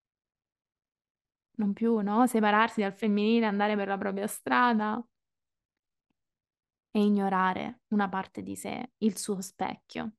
Non più, no? Separarsi dal femminile, andare per la propria strada. e ignorare una parte di sé, il suo specchio.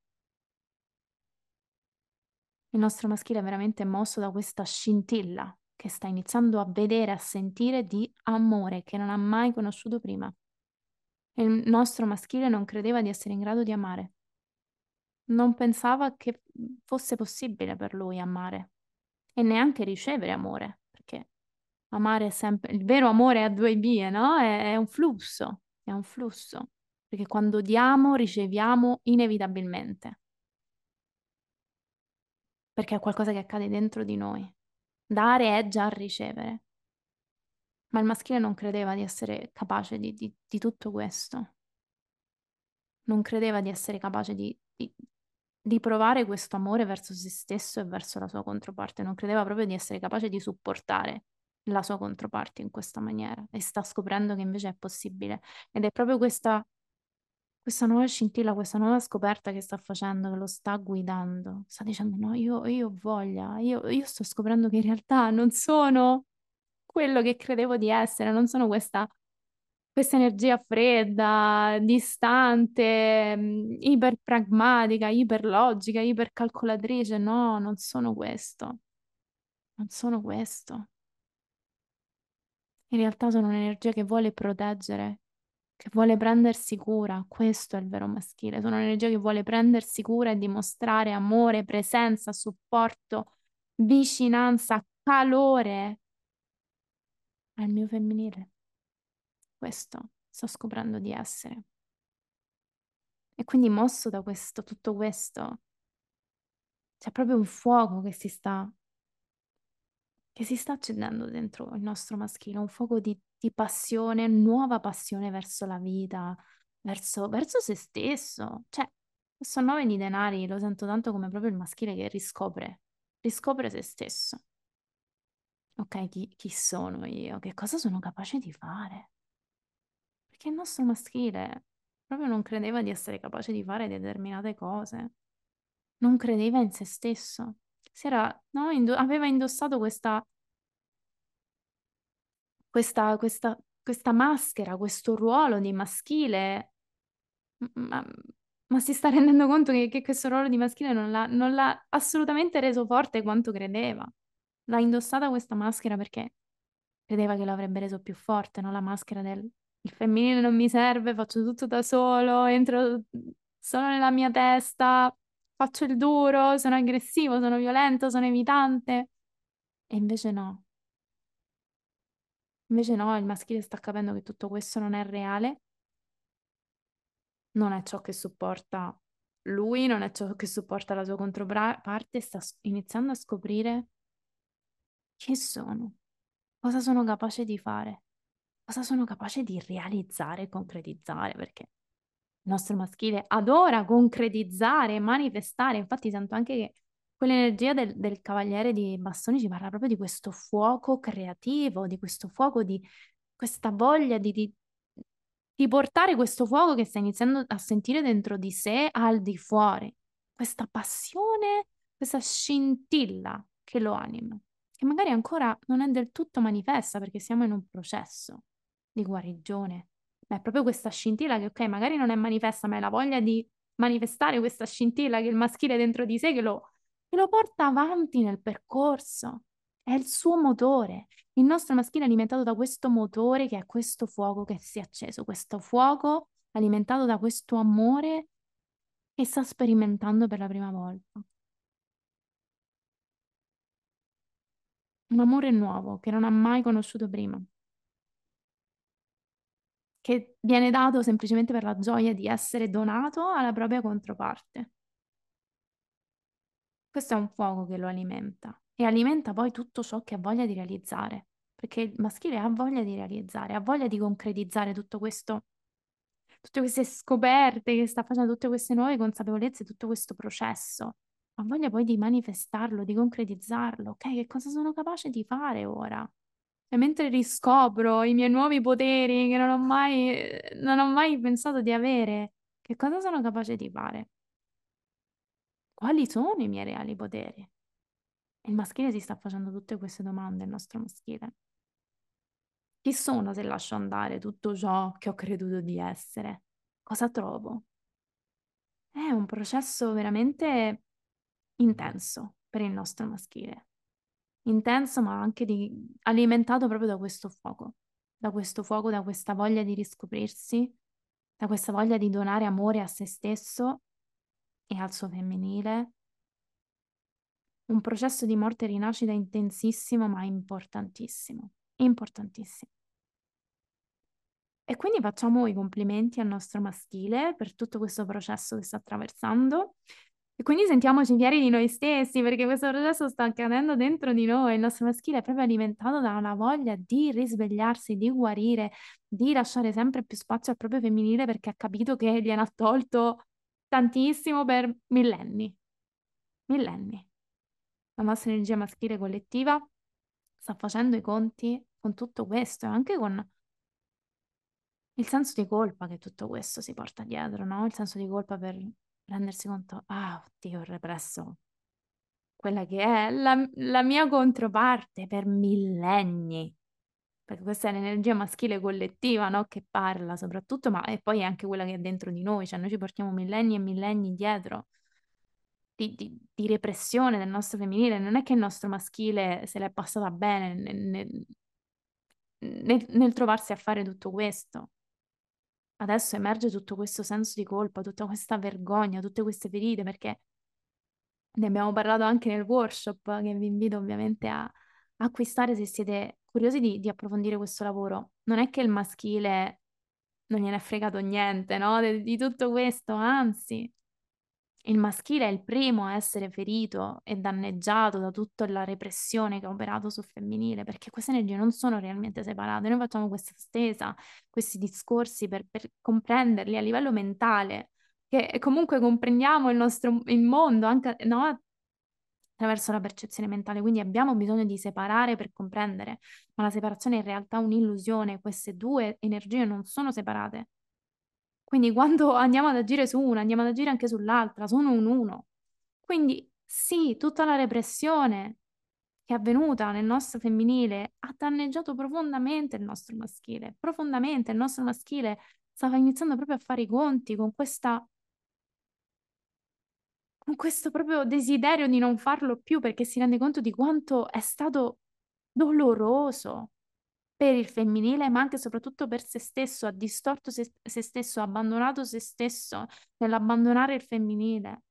Il nostro maschile è veramente mosso da questa scintilla che sta iniziando a vedere, a sentire di amore che non ha mai conosciuto prima. E il nostro maschile non credeva di essere in grado di amare, non pensava che fosse possibile per lui amare e neanche ricevere amore, perché amare è sempre, il vero amore è a due vie, no? È, è un flusso, è un flusso, perché quando diamo riceviamo inevitabilmente, perché è qualcosa che accade dentro di noi. Dare è già ricevere, ma il maschile non credeva di essere capace di, di- di tutto questo, non credeva di essere capace di, di- di provare questo amore verso se stesso e verso la sua controparte, non credeva proprio di essere capace di supportare la sua controparte in questa maniera e sta scoprendo che invece è possibile. Ed è proprio questa, questa nuova scintilla, questa nuova scoperta che sta facendo, che lo sta guidando. Sta dicendo: no, io, io ho voglia, io, io sto scoprendo che in realtà non sono quello che credevo di essere, non sono questa, questa energia fredda, distante, mh, iperpragmatica, iperlogica, ipercalcolatrice. No, non sono questo, non sono questo. In realtà sono un'energia che vuole proteggere, che vuole prendersi cura. Questo è il vero maschile. Sono un'energia che vuole prendersi cura e dimostrare amore, presenza, supporto, vicinanza, calore al mio femminile. Questo sto scoprendo di essere. E quindi mosso da questo, tutto questo, c'è proprio un fuoco che si sta, che si sta accendendo dentro il nostro maschile, un fuoco di, di passione, nuova passione verso la vita, verso, verso se stesso. Cioè, questo nove di denari lo sento tanto come proprio il maschile che riscopre, riscopre se stesso. Ok, chi, chi sono io? Che cosa sono capace di fare? Perché il nostro maschile proprio non credeva di essere capace di fare determinate cose, non credeva in se stesso. Si era, no, indo- aveva indossato questa, questa, questa, questa maschera, questo ruolo di maschile, m- ma, ma si sta rendendo conto che, che questo ruolo di maschile non l'ha non l'ha assolutamente reso forte quanto credeva. L'ha indossata questa maschera perché credeva che lo avrebbe reso più forte, no? La maschera del il femminile non mi serve, faccio tutto da solo, entro solo nella mia testa, faccio il duro, sono aggressivo, sono violento, sono evitante. E invece no, invece no, il maschile sta capendo che tutto questo non è reale, non è ciò che supporta lui, non è ciò che supporta la sua controparte, sta s- iniziando a scoprire chi sono, cosa sono capace di fare, cosa sono capace di realizzare e concretizzare, perché il nostro maschile adora concretizzare, manifestare. Infatti sento anche che quell'energia del, del cavaliere di bastoni ci parla proprio di questo fuoco creativo, di questo fuoco, di questa voglia di, di- di portare questo fuoco che sta iniziando a sentire dentro di sé al di fuori. Questa passione, questa scintilla che lo anima, che magari ancora non è del tutto manifesta perché siamo in un processo di guarigione. Ma è proprio questa scintilla che, ok, magari non è manifesta, ma è la voglia di manifestare questa scintilla che è il maschile dentro di sé che lo, che lo porta avanti nel percorso. È il suo motore. Il nostro maschile è alimentato da questo motore che è questo fuoco che si è acceso, questo fuoco alimentato da questo amore che sta sperimentando per la prima volta. Un amore nuovo che non ha mai conosciuto prima, che viene dato semplicemente per la gioia di essere donato alla propria controparte. Questo è un fuoco che lo alimenta e alimenta poi tutto ciò che ha voglia di realizzare, perché il maschile ha voglia di realizzare, ha voglia di concretizzare tutto questo, tutte queste scoperte che sta facendo, tutte queste nuove consapevolezze, tutto questo processo. Ha voglia poi di manifestarlo, di concretizzarlo, ok? Che cosa sono capace di fare ora? E mentre riscopro i miei nuovi poteri che non ho mai, non ho mai pensato di avere, che cosa sono capace di fare? Quali sono i miei reali poteri? Il maschile si sta facendo tutte queste domande, il nostro maschile. Chi sono se lascio andare tutto ciò che ho creduto di essere? Cosa trovo? È un processo veramente intenso per il nostro maschile. Intenso, ma anche di- alimentato proprio da questo fuoco, da questo fuoco, da questa voglia di riscoprirsi, da questa voglia di donare amore a se stesso e al suo femminile. Un processo di morte e rinascita intensissimo, ma importantissimo. Importantissimo. E quindi facciamo i complimenti al nostro maschile per tutto questo processo che sta attraversando. E quindi sentiamoci fieri di noi stessi, perché questo processo sta accadendo dentro di noi. Il nostro maschile è proprio alimentato da una voglia di risvegliarsi, di guarire, di lasciare sempre più spazio al proprio femminile, perché ha capito che gliene ha tolto tantissimo per millenni. Millenni. La nostra energia maschile collettiva sta facendo i conti con tutto questo e anche con il senso di colpa che tutto questo si porta dietro, no? Il senso di colpa per rendersi conto, ah, oddio, ho represso quella che è la, la mia controparte per millenni. Perché questa è l'energia maschile collettiva, no? Che parla soprattutto, ma e poi è anche quella che è dentro di noi, cioè noi ci portiamo millenni e millenni dietro di, di- di repressione del nostro femminile. Non è che il nostro maschile se l'è passata bene nel, nel- nel- nel trovarsi a fare tutto questo. Adesso emerge tutto questo senso di colpa, tutta questa vergogna, tutte queste ferite, perché ne abbiamo parlato anche nel workshop, che vi invito ovviamente a acquistare se siete curiosi di, di approfondire questo lavoro. Non è che il maschile non gliene è fregato niente, no? Di, di tutto questo, anzi. Il maschile è il primo a essere ferito e danneggiato da tutta la repressione che ha operato sul femminile, perché queste energie non sono realmente separate. Noi facciamo questa stesa, questi discorsi per, per comprenderli a livello mentale, che comunque comprendiamo il nostro il mondo anche, no? Attraverso la percezione mentale. Quindi abbiamo bisogno di separare per comprendere, ma la separazione è in realtà un'illusione. Queste due energie non sono separate. Quindi quando andiamo ad agire su una, andiamo ad agire anche sull'altra, sono un uno. Quindi sì, tutta la repressione che è avvenuta nel nostro femminile ha danneggiato profondamente il nostro maschile, profondamente il nostro maschile stava iniziando proprio a fare i conti con questa, con questo proprio desiderio di non farlo più perché si rende conto di quanto è stato doloroso per il femminile, ma anche e soprattutto per se stesso, ha distorto se, se stesso, ha abbandonato se stesso nell'abbandonare il femminile.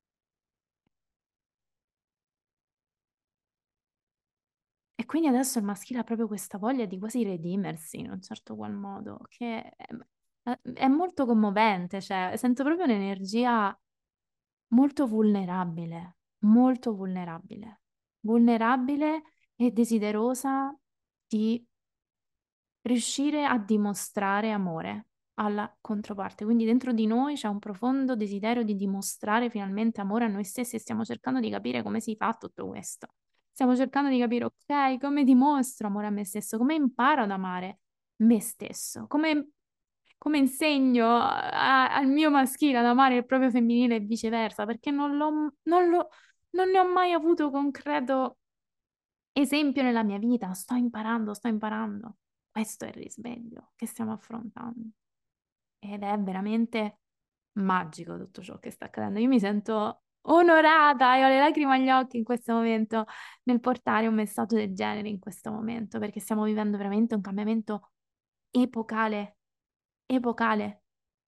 E quindi adesso il maschile ha proprio questa voglia di quasi redimersi in un certo qual modo, che è, è molto commovente, cioè sento proprio un'energia molto vulnerabile, molto vulnerabile, vulnerabile e desiderosa di riuscire a dimostrare amore alla controparte. Quindi dentro di noi c'è un profondo desiderio di dimostrare finalmente amore a noi stessi e stiamo cercando di capire come si fa tutto questo. Stiamo cercando di capire, ok, come dimostro amore a me stesso, come imparo ad amare me stesso, come, come insegno a- al mio maschile ad amare il proprio femminile e viceversa, perché non l'ho, non l'ho, non ne ho mai avuto concreto esempio nella mia vita. Sto imparando, sto imparando. Questo è il risveglio che stiamo affrontando. Ed è veramente magico tutto ciò che sta accadendo. Io mi sento onorata e ho le lacrime agli occhi in questo momento nel portare un messaggio del genere in questo momento, perché stiamo vivendo veramente un cambiamento epocale, epocale.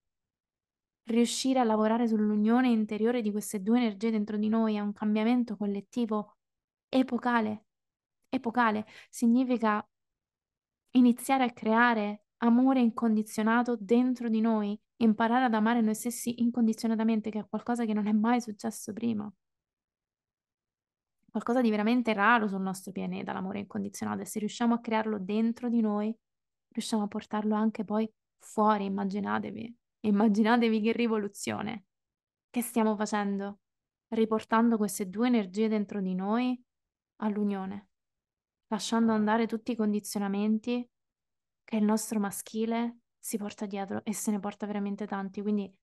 Riuscire a lavorare sull'unione interiore di queste due energie dentro di noi è un cambiamento collettivo epocale. Epocale significa iniziare a creare amore incondizionato dentro di noi, imparare ad amare noi stessi incondizionatamente, che è qualcosa che non è mai successo prima, qualcosa di veramente raro sul nostro pianeta, l'amore incondizionato, e se riusciamo a crearlo dentro di noi, riusciamo a portarlo anche poi fuori, immaginatevi, immaginatevi che rivoluzione che stiamo facendo, riportando queste due energie dentro di noi all'unione, lasciando andare tutti i condizionamenti che il nostro maschile si porta dietro e se ne porta veramente tanti. Quindi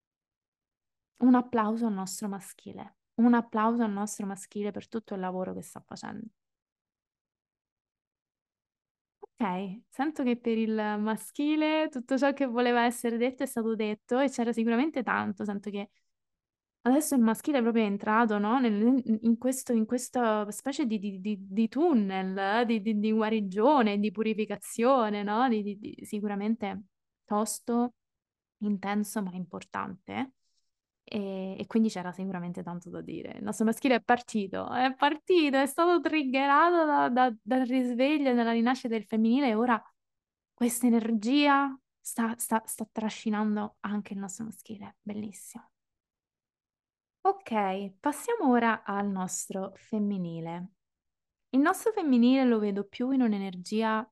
un applauso al nostro maschile, un applauso al nostro maschile per tutto il lavoro che sta facendo. Ok, sento che per il maschile tutto ciò che voleva essere detto è stato detto e c'era sicuramente tanto. Sento che adesso il maschile è proprio entrato, no? Nel- in questo, in questa specie di, di- di- di tunnel, eh, di, di- di guarigione, di purificazione, no? Di, di- di- sicuramente tosto, intenso, ma importante. E, e quindi c'era sicuramente tanto da dire. Il nostro maschile è partito, è partito, è stato triggerato da- da- dal risveglio e dalla rinascita del femminile e ora questa energia sta, sta sta trascinando anche il nostro maschile. Bellissimo. Ok, passiamo ora al nostro femminile. Il nostro femminile lo vedo più in un'energia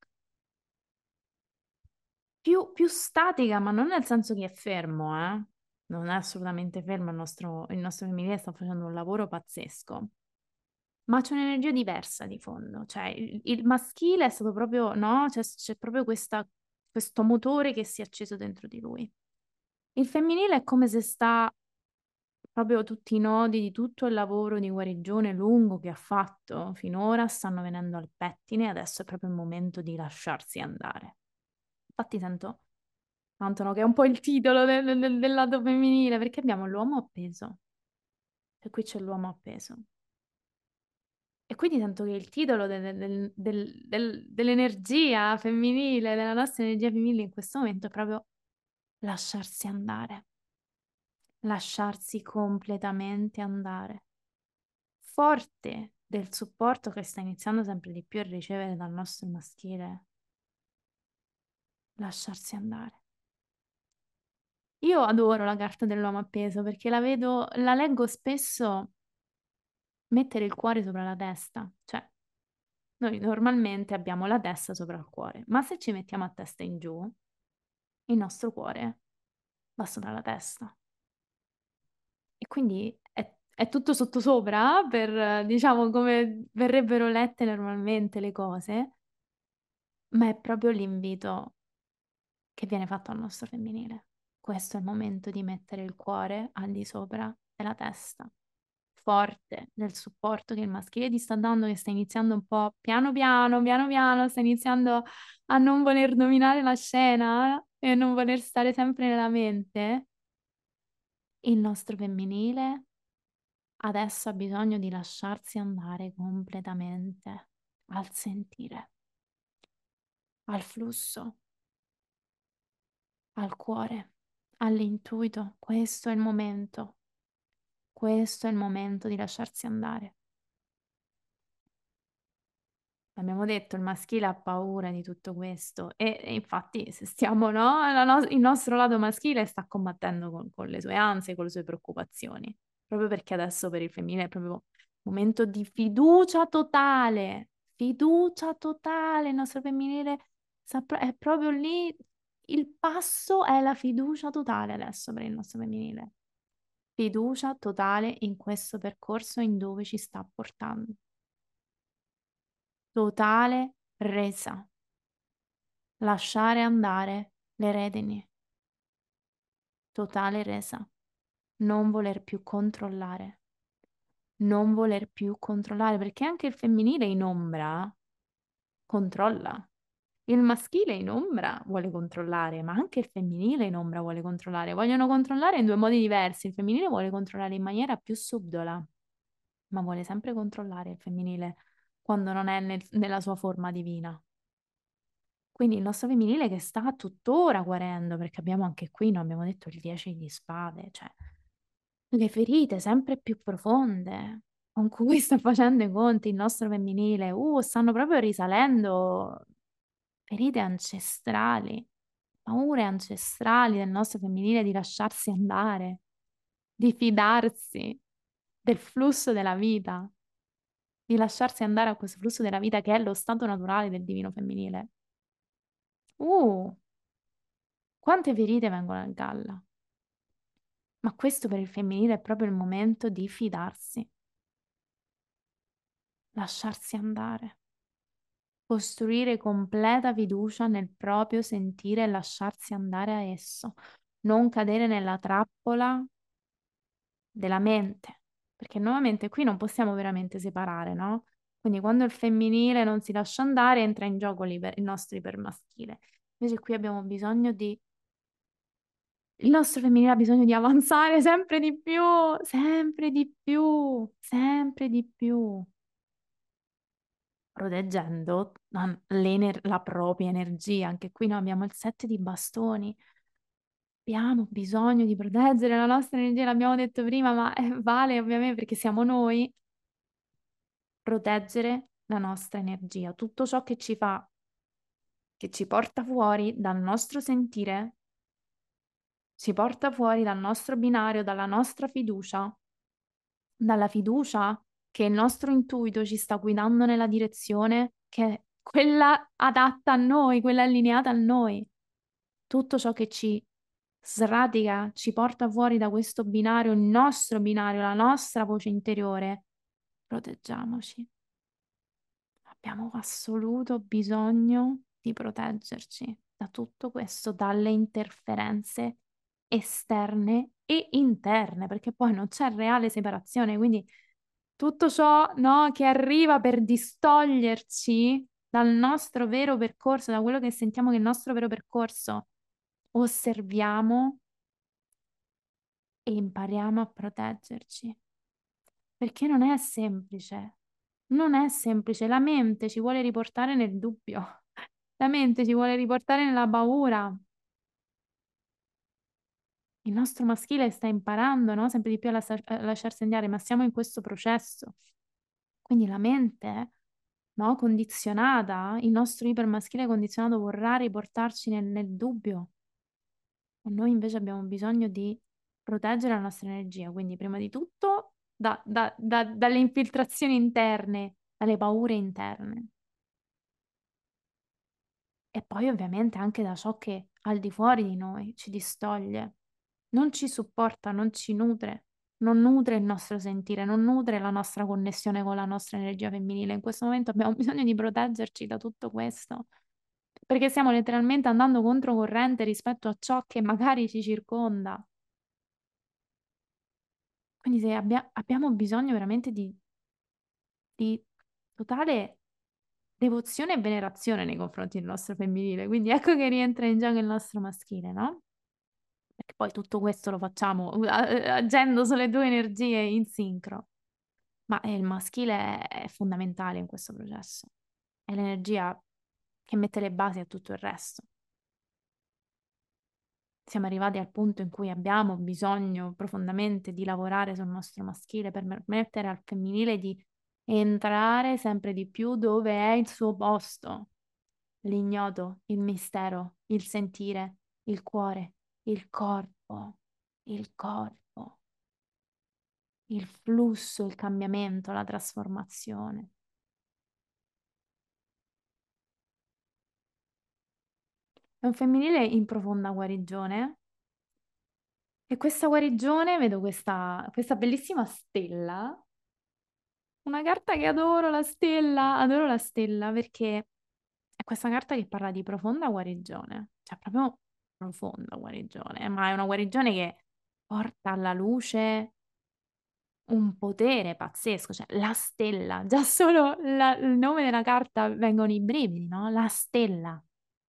più, più statica, ma non nel senso che è fermo, eh? Non è assolutamente fermo, il nostro, il nostro femminile sta facendo un lavoro pazzesco, ma c'è un'energia diversa di fondo, cioè il, il maschile è stato proprio, no? C'è c'è proprio questa- questo motore che si è acceso dentro di lui. Il femminile è come se sta proprio tutti i nodi di tutto il lavoro di guarigione lungo che ha fatto finora stanno venendo al pettine, adesso è proprio il momento di lasciarsi andare. Infatti sento, Antono, che è un po' il titolo del, del- del lato femminile, perché abbiamo l'uomo appeso, e qui c'è l'uomo appeso. E quindi sento che il titolo del- del- del- del- dell'energia femminile, della nostra energia femminile in questo momento è proprio lasciarsi andare, lasciarsi completamente andare. Forte del supporto che sta iniziando sempre di più a ricevere dal nostro maschile, lasciarsi andare. Io adoro la carta dell'uomo appeso perché la vedo, la leggo spesso mettere il cuore sopra la testa, cioè noi normalmente abbiamo la testa sopra il cuore, ma se ci mettiamo a testa in giù, il nostro cuore va sopra la testa. E quindi è, è tutto sottosopra per, eh, diciamo, come verrebbero lette normalmente le cose, ma è proprio l'invito che viene fatto al nostro femminile. Questo è il momento di mettere il cuore al di sopra della testa, forte del supporto che il maschile ti sta dando, che sta iniziando un po' piano piano, piano piano, sta iniziando a non voler dominare la scena e non voler stare sempre nella mente. Il nostro femminile adesso ha bisogno di lasciarsi andare completamente al sentire, al flusso, al cuore, all'intuito. Questo è il momento. Questo è il momento di lasciarsi andare. Abbiamo detto, il maschile ha paura di tutto questo e, e infatti se stiamo, no? La no- il nostro lato maschile sta combattendo con, con le sue ansie, con le sue preoccupazioni, proprio perché adesso per il femminile è proprio un momento di fiducia totale, fiducia totale, il nostro femminile sa pro- è proprio lì, il passo è la fiducia totale adesso per il nostro femminile, fiducia totale in questo percorso in dove ci sta portando. Totale resa, lasciare andare le redini, totale resa, non voler più controllare, non voler più controllare, perché anche il femminile in ombra controlla. Il maschile in ombra vuole controllare, ma anche il femminile in ombra vuole controllare. Vogliono controllare in due modi diversi. Il femminile vuole controllare in maniera più subdola, ma vuole sempre controllare il femminile quando non è nel- nella sua forma divina. Quindi il nostro femminile che sta tuttora guarendo, perché abbiamo anche qui, no, abbiamo detto il dieci di spade, cioè le ferite sempre più profonde con cui sta facendo i conti il nostro femminile, uh, stanno proprio risalendo ferite ancestrali, paure ancestrali del nostro femminile di lasciarsi andare, di fidarsi del flusso della vita, di lasciarsi andare a questo flusso della vita che è lo stato naturale del divino femminile. Uh, quante ferite vengono a galla. Ma questo per il femminile è proprio il momento di fidarsi, lasciarsi andare, costruire completa fiducia nel proprio sentire e lasciarsi andare a esso, non cadere nella trappola della mente, perché nuovamente qui non possiamo veramente separare, no? Quindi quando il femminile non si lascia andare, entra in gioco l'iper- il nostro ipermaschile. Invece qui abbiamo bisogno di... Il nostro femminile ha bisogno di avanzare sempre di più, sempre di più, sempre di più, proteggendo la, l'ener- la propria energia. Anche qui noi abbiamo il set di bastoni. Abbiamo bisogno di proteggere la nostra energia, l'abbiamo detto prima, ma eh, vale ovviamente perché siamo noi. Proteggere la nostra energia, tutto ciò che ci fa, che ci porta fuori dal nostro sentire, ci porta fuori dal nostro binario, dalla nostra fiducia, dalla fiducia che il nostro intuito ci sta guidando nella direzione che è quella adatta a noi, quella allineata a noi. Tutto ciò che ci sradica, ci porta fuori da questo binario, il nostro binario, la nostra voce interiore, proteggiamoci. Abbiamo assoluto bisogno di proteggerci da tutto questo, dalle interferenze esterne e interne, perché poi non c'è reale separazione, quindi tutto ciò, no, che arriva per distoglierci dal nostro vero percorso, da quello che sentiamo che è il nostro vero percorso, osserviamo e impariamo a proteggerci, perché non è semplice. Non è semplice, la mente ci vuole riportare nel dubbio, la mente ci vuole riportare nella paura. Il nostro maschile sta imparando, no? Sempre di più a, lascia- a lasciarsi andare, ma siamo in questo processo. Quindi la mente, no? Condizionata, il nostro ipermaschile condizionato vorrà riportarci nel, nel dubbio. E noi invece abbiamo bisogno di proteggere la nostra energia, quindi prima di tutto da- da- da- dalle infiltrazioni interne, dalle paure interne. E poi ovviamente anche da ciò che al di fuori di noi ci distoglie, non ci supporta, non ci nutre, non nutre il nostro sentire, non nutre la nostra connessione con la nostra energia femminile. In questo momento abbiamo bisogno di proteggerci da tutto questo, perché stiamo letteralmente andando controcorrente rispetto a ciò che magari ci circonda. Quindi se abbia- abbiamo bisogno veramente di, di totale devozione e venerazione nei confronti del nostro femminile. Quindi ecco che rientra in gioco il nostro maschile, no? Perché poi tutto questo lo facciamo uh, a- agendo sulle due energie in sincro. Ma eh, il maschile è fondamentale in questo processo. È l'energia che mette le basi a tutto il resto. Siamo arrivati al punto in cui abbiamo bisogno profondamente di lavorare sul nostro maschile per permettere al femminile di entrare sempre di più dove è il suo posto. L'ignoto, il mistero, il sentire, il cuore, il corpo, il corpo. Il flusso, il cambiamento, la trasformazione. È un femminile in profonda guarigione e questa guarigione, vedo questa, questa bellissima stella, una carta che adoro, la stella, adoro la stella perché è questa carta che parla di profonda guarigione, cioè proprio profonda guarigione, ma è una guarigione che porta alla luce un potere pazzesco, cioè la stella, già solo la- il nome della carta vengono i brividi, no? La stella.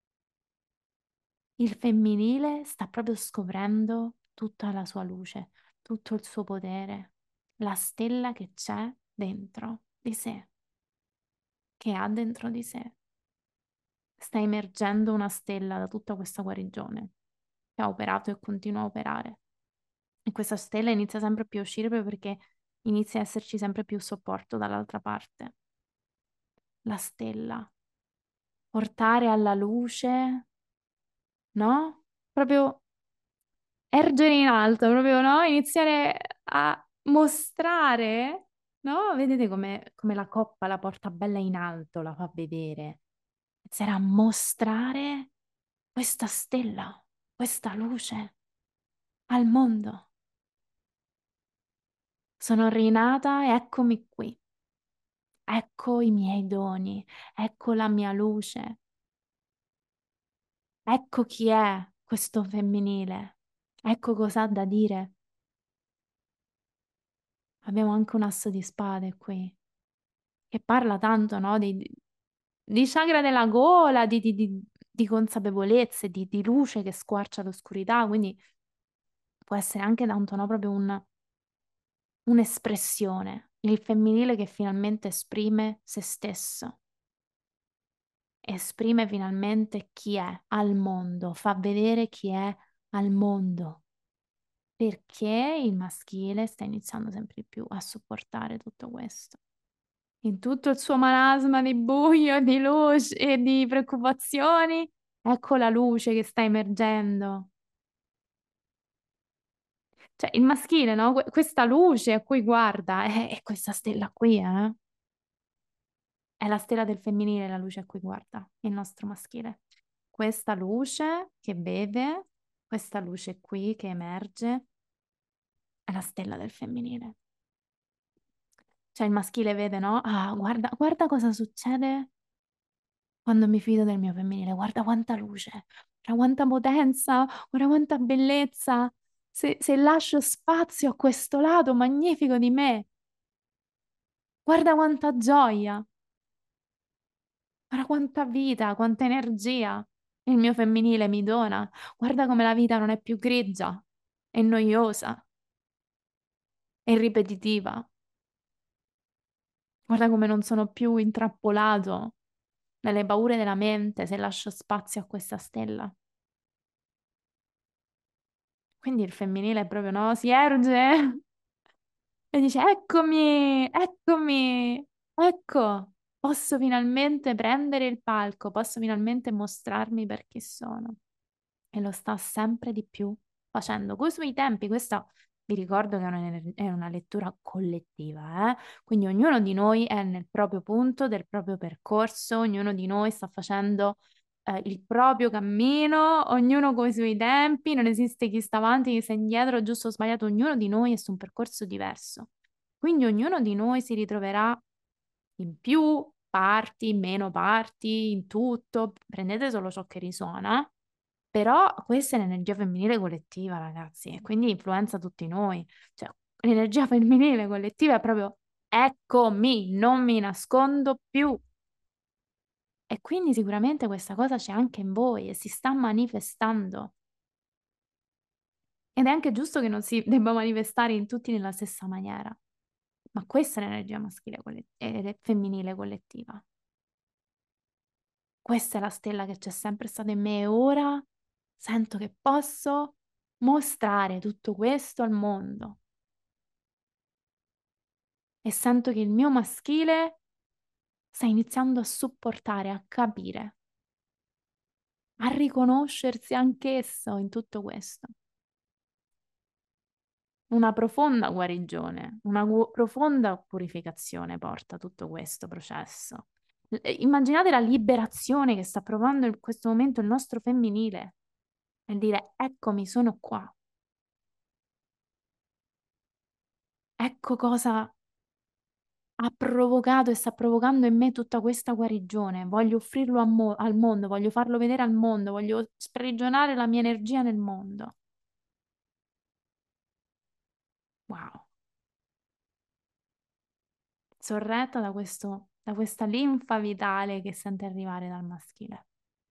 Il femminile sta proprio scoprendo tutta la sua luce, tutto il suo potere, la stella che c'è dentro di sé, che ha dentro di sé. Sta emergendo una stella da tutta questa guarigione che ha operato e continua a operare. E questa stella inizia sempre più a uscire proprio perché inizia a esserci sempre più supporto dall'altra parte. La stella. Portare alla luce, no? Proprio ergere in alto, proprio, no? Iniziare a mostrare, no? Vedete come, come la coppa la porta bella in alto, la fa vedere. Iniziare a mostrare questa stella, questa luce al mondo. Sono rinata e eccomi qui. Ecco i miei doni, ecco la mia luce, ecco chi è questo femminile, ecco cosa ha da dire. Abbiamo anche un asso di spade qui. che parla tanto, no? Di, di chakra della gola, di, di, di, di consapevolezze, di, di luce che squarcia l'oscurità, quindi può essere anche tanto, no? Proprio un- un'espressione, il femminile che finalmente esprime se stesso, esprime finalmente chi è al mondo, fa vedere chi è al mondo, perché il maschile sta iniziando sempre di più a sopportare tutto questo. In tutto il suo marasma di buio, di luce e di preoccupazioni, ecco la luce che sta emergendo. Cioè, il maschile, no? Que- questa luce a cui guarda, è, è questa stella qui, eh? È la stella del femminile, la luce a cui guarda, il nostro maschile. Questa luce che vede, questa luce qui che emerge, è la stella del femminile. Cioè, il maschile vede, no? Ah, guarda, guarda cosa succede quando mi fido del mio femminile, guarda quanta luce, guarda quanta potenza, guarda quanta bellezza. Se, se lascio spazio a questo lato magnifico di me, guarda quanta gioia, guarda quanta vita, quanta energia il mio femminile mi dona. Guarda come la vita non è più grigia, è noiosa, è ripetitiva. Guarda come non sono più intrappolato nelle paure della mente se lascio spazio a questa stella. Quindi il femminile è proprio, no? Si erge e dice, eccomi, eccomi, ecco, posso finalmente prendere il palco, posso finalmente mostrarmi per chi sono. E lo sta sempre di più facendo. Coi suoi tempi, questa vi ricordo che è una, è una lettura collettiva, eh? Quindi ognuno di noi è nel proprio punto del proprio percorso, ognuno di noi sta facendo eh, il proprio cammino, ognuno coi suoi tempi, non esiste chi sta avanti, chi sta indietro, giusto o sbagliato, ognuno di noi è su un percorso diverso. Quindi ognuno di noi si ritroverà in più parti, in meno parti, in tutto, prendete solo ciò che risuona, però questa è l'energia femminile collettiva, ragazzi, e quindi influenza tutti noi. Cioè, l'energia femminile collettiva è proprio eccomi, non mi nascondo più. E quindi sicuramente questa cosa c'è anche in voi e si sta manifestando. Ed è anche giusto che non si debba manifestare in tutti nella stessa maniera. Ma questa è l'energia maschile collet- e femminile collettiva. Questa è la stella che c'è sempre stata in me e ora sento che posso mostrare tutto questo al mondo e sento che il mio maschile sta iniziando a supportare, a capire, a riconoscersi anch'esso in tutto questo. Una profonda guarigione, una gu- profonda purificazione porta tutto questo processo. L- Immaginate la liberazione che sta provando in questo momento il nostro femminile nel dire eccomi, sono qua. Ecco cosa ha provocato e sta provocando in me tutta questa guarigione. Voglio offrirlo a mo- al mondo, voglio farlo vedere al mondo, voglio sprigionare la mia energia nel mondo. Wow, sorretta da questo, da questa linfa vitale che sente arrivare dal maschile.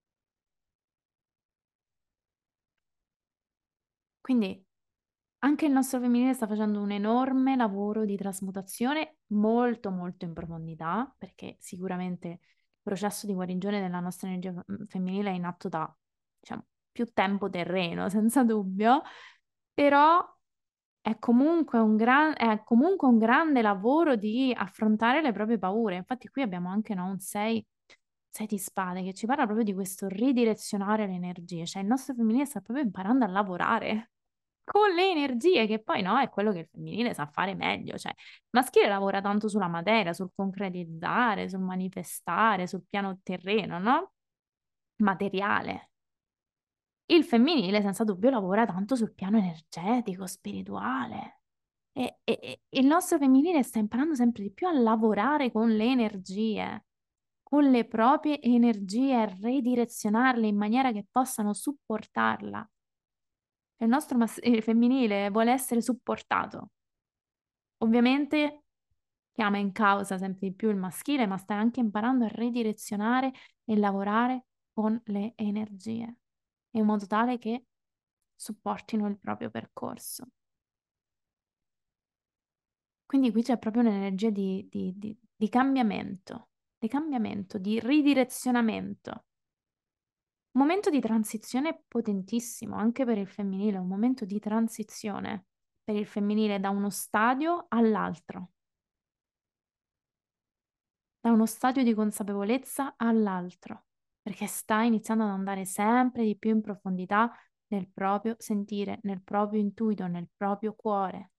Quindi anche il nostro femminile sta facendo un enorme lavoro di trasmutazione molto molto in profondità, perché sicuramente il processo di guarigione della nostra energia f- femminile è in atto da, diciamo, più tempo terreno, senza dubbio, però è comunque un gran- è comunque un grande lavoro di affrontare le proprie paure. Infatti qui abbiamo anche, no, un sei di spade che ci parla proprio di questo ridirezionare le energie, cioè il nostro femminile sta proprio imparando a lavorare con le energie, che poi no, è quello che il femminile sa fare meglio, cioè il maschile lavora tanto sulla materia, sul concretizzare, sul manifestare, sul piano terreno, no? Materiale. Il femminile senza dubbio lavora tanto sul piano energetico, spirituale. E, e- e il nostro femminile sta imparando sempre di più a lavorare con le energie, con le proprie energie, a ridirezionarle in maniera che possano supportarla. Il nostro mas- il femminile vuole essere supportato. Ovviamente chiama in causa sempre di più il maschile, ma stai anche imparando a ridirezionare e lavorare con le energie, in modo tale che supportino il proprio percorso. Quindi qui c'è proprio un'energia di, di, di, di cambiamento, di cambiamento, di ridirezionamento. Un momento di transizione potentissimo, anche per il femminile, un momento di transizione per il femminile da uno stadio all'altro, da uno stadio di consapevolezza all'altro, perché sta iniziando ad andare sempre di più in profondità nel proprio sentire, nel proprio intuito, nel proprio cuore.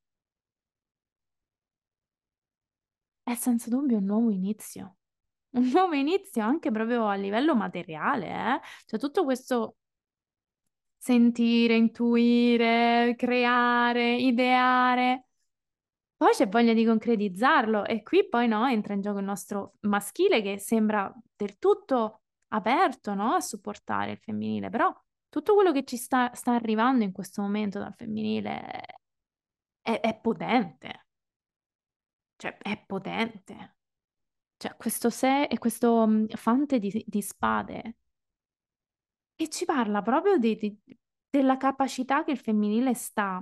È senza dubbio un nuovo inizio. Un nuovo inizio anche proprio a livello materiale, eh? Cioè tutto questo sentire, intuire, creare, ideare. Poi c'è voglia di concretizzarlo e qui poi no, entra in gioco il nostro maschile che sembra del tutto aperto, no, a supportare il femminile, però tutto quello che ci sta, sta arrivando in questo momento dal femminile è, è potente, cioè è potente. Cioè questo sé e questo mm, fante di, di spade che ci parla proprio di- di- della capacità che il femminile sta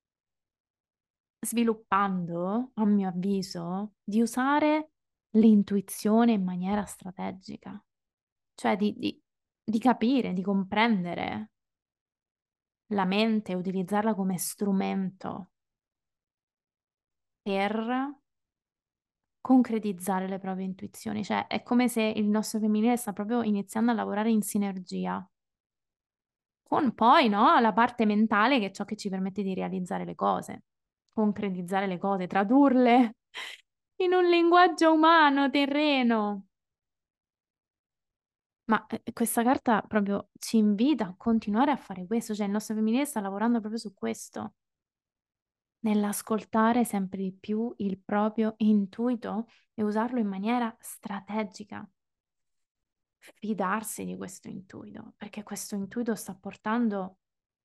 sviluppando, a mio avviso, di usare l'intuizione in maniera strategica, cioè di, di- di capire, di comprendere la mente e utilizzarla come strumento per concretizzare le proprie intuizioni. Cioè è come se il nostro femminile sta proprio iniziando a lavorare in sinergia con poi, no, la parte mentale che è ciò che ci permette di realizzare le cose, concretizzare le cose, tradurle in un linguaggio umano, terreno. Ma eh, questa carta proprio ci invita a continuare a fare questo, cioè il nostro femminile sta lavorando proprio su questo, nell'ascoltare sempre di più il proprio intuito e usarlo in maniera strategica. Fidarsi di questo intuito, perché questo intuito sta portando,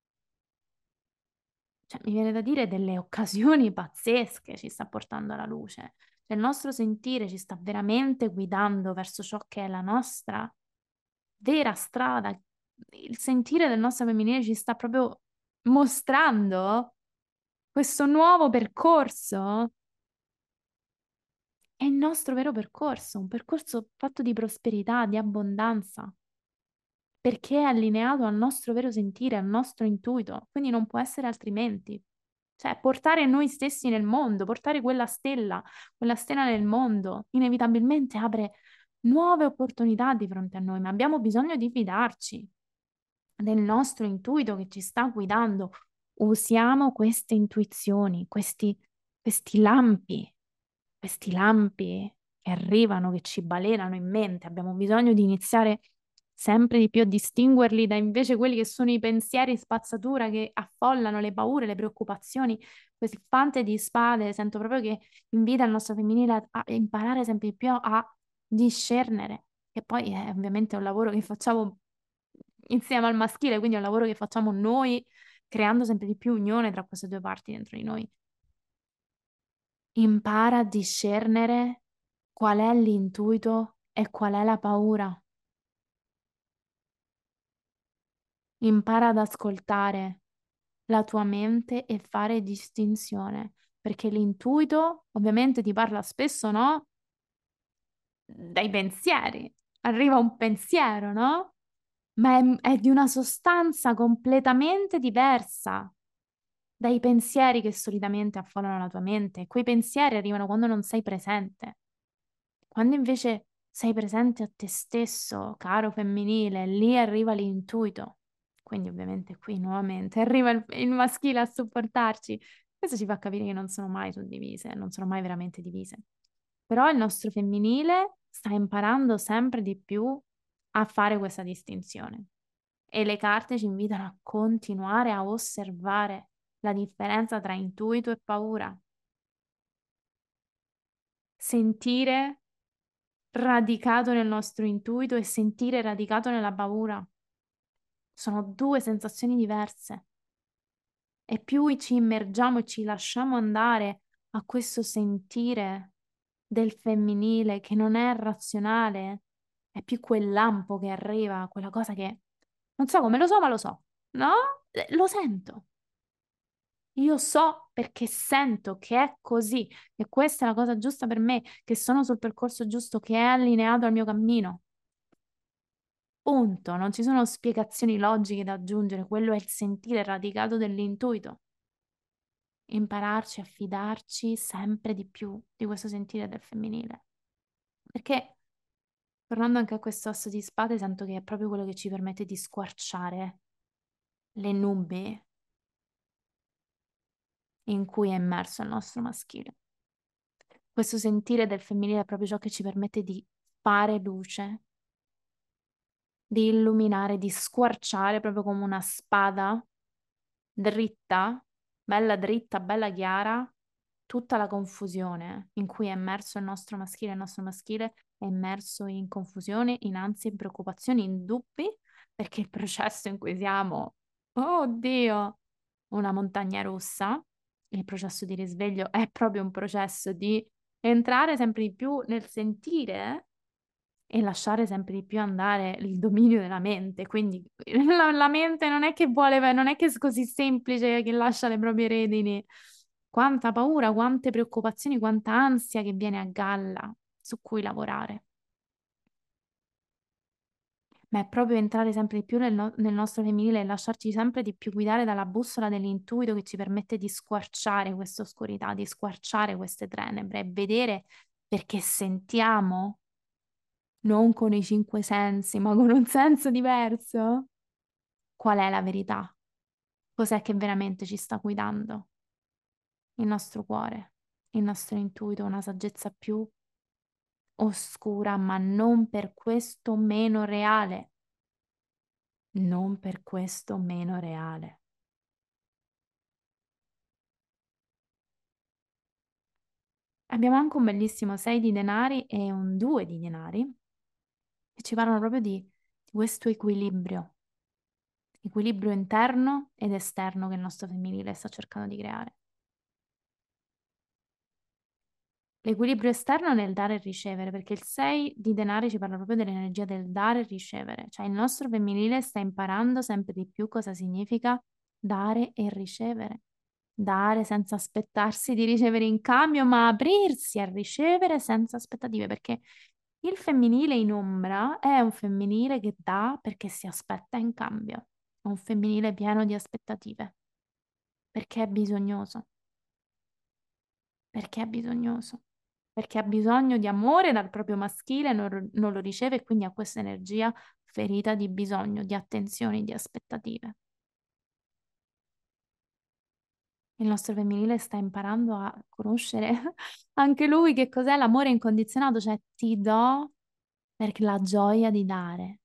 cioè mi viene da dire, delle occasioni pazzesche, ci sta portando alla luce. Cioè, il nostro sentire ci sta veramente guidando verso ciò che è la nostra vera strada. Il sentire del nostro femminile ci sta proprio mostrando questo nuovo percorso. È il nostro vero percorso, un percorso fatto di prosperità, di abbondanza, perché è allineato al nostro vero sentire, al nostro intuito, quindi non può essere altrimenti. Cioè, portare noi stessi nel mondo, portare quella stella, quella stella nel mondo, inevitabilmente apre nuove opportunità di fronte a noi, ma abbiamo bisogno di fidarci del nostro intuito che ci sta guidando. Usiamo queste intuizioni, questi, questi lampi, questi lampi che arrivano, che ci balenano in mente. Abbiamo bisogno di iniziare sempre di più a distinguerli da invece quelli che sono i pensieri spazzatura che affollano le paure, le preoccupazioni. Questi fante di spade, sento proprio che invita il nostro femminile a, a imparare sempre di più a discernere, che poi è ovviamente un lavoro che facciamo insieme al maschile, quindi è un lavoro che facciamo noi, creando sempre di più unione tra queste due parti dentro di noi. Impara a discernere qual è l'intuito e qual è la paura. Impara ad ascoltare la tua mente e fare distinzione, perché l'intuito ovviamente ti parla spesso, no? Dai pensieri. Arriva un pensiero, no? Ma è, è di una sostanza completamente diversa dai pensieri che solitamente affollano la tua mente. Quei pensieri arrivano quando non sei presente. Quando invece sei presente a te stesso, caro femminile, lì arriva l'intuito. Quindi ovviamente qui nuovamente arriva il, il maschile a supportarci. Questo ci fa capire che non sono mai suddivise, non sono mai veramente divise. Però il nostro femminile sta imparando sempre di più a fare questa distinzione. E le carte ci invitano a continuare a osservare la differenza tra intuito e paura. Sentire radicato nel nostro intuito e sentire radicato nella paura. Sono due sensazioni diverse. E più ci immergiamo e ci lasciamo andare a questo sentire del femminile che non è razionale, è più quel lampo che arriva, quella cosa che non so come lo so, ma lo so, no? Eh, Lo sento. Io so perché sento che è così, che questa è la cosa giusta per me, che sono sul percorso giusto, che è allineato al mio cammino. Punto. Non ci sono spiegazioni logiche da aggiungere, quello è il sentire radicato dell'intuito. Impararci a fidarci sempre di più di questo sentire del femminile. Perché, tornando anche a questo asso di spade, sento che è proprio quello che ci permette di squarciare le nubi in cui è immerso il nostro maschile. Questo sentire del femminile è proprio ciò che ci permette di fare luce, di illuminare, di squarciare proprio come una spada dritta, bella dritta, bella chiara, tutta la confusione in cui è immerso il nostro maschile. Il nostro maschile è immerso in confusione, in ansie, in preoccupazioni, in dubbi, perché il processo in cui siamo, oh Dio, una montagna russa. Il processo di risveglio è proprio un processo di entrare sempre di più nel sentire e lasciare sempre di più andare il dominio della mente. Quindi la, la mente non è che vuole, non è che è così semplice che lascia le proprie redini. Quanta paura, quante preoccupazioni, quanta ansia che viene a galla su cui lavorare. Ma è proprio entrare sempre di più nel, no- nel nostro femminile e lasciarci sempre di più guidare dalla bussola dell'intuito che ci permette di squarciare questa oscurità, di squarciare queste tenebre e vedere perché sentiamo, non con i cinque sensi, ma con un senso diverso, qual è la verità, cos'è che veramente ci sta guidando, il nostro cuore, il nostro intuito, una saggezza più oscura, ma non per questo meno reale, non per questo meno reale. Abbiamo anche un bellissimo sei di denari e un due di denari che ci parlano proprio di, di questo equilibrio, equilibrio interno ed esterno che il nostro femminile sta cercando di creare. L'equilibrio esterno nel dare e ricevere, perché il sei di denari ci parla proprio dell'energia del dare e ricevere, cioè il nostro femminile sta imparando sempre di più cosa significa dare e ricevere. Dare senza aspettarsi di ricevere in cambio, ma aprirsi a ricevere senza aspettative, perché il femminile in ombra è un femminile che dà perché si aspetta in cambio, è un femminile pieno di aspettative, perché è bisognoso, perché è bisognoso, perché ha bisogno di amore dal proprio maschile, non, non lo riceve e quindi ha questa energia ferita di bisogno, di attenzioni, di aspettative. Il nostro femminile sta imparando a conoscere anche lui che cos'è l'amore incondizionato, cioè ti do perché la gioia di dare.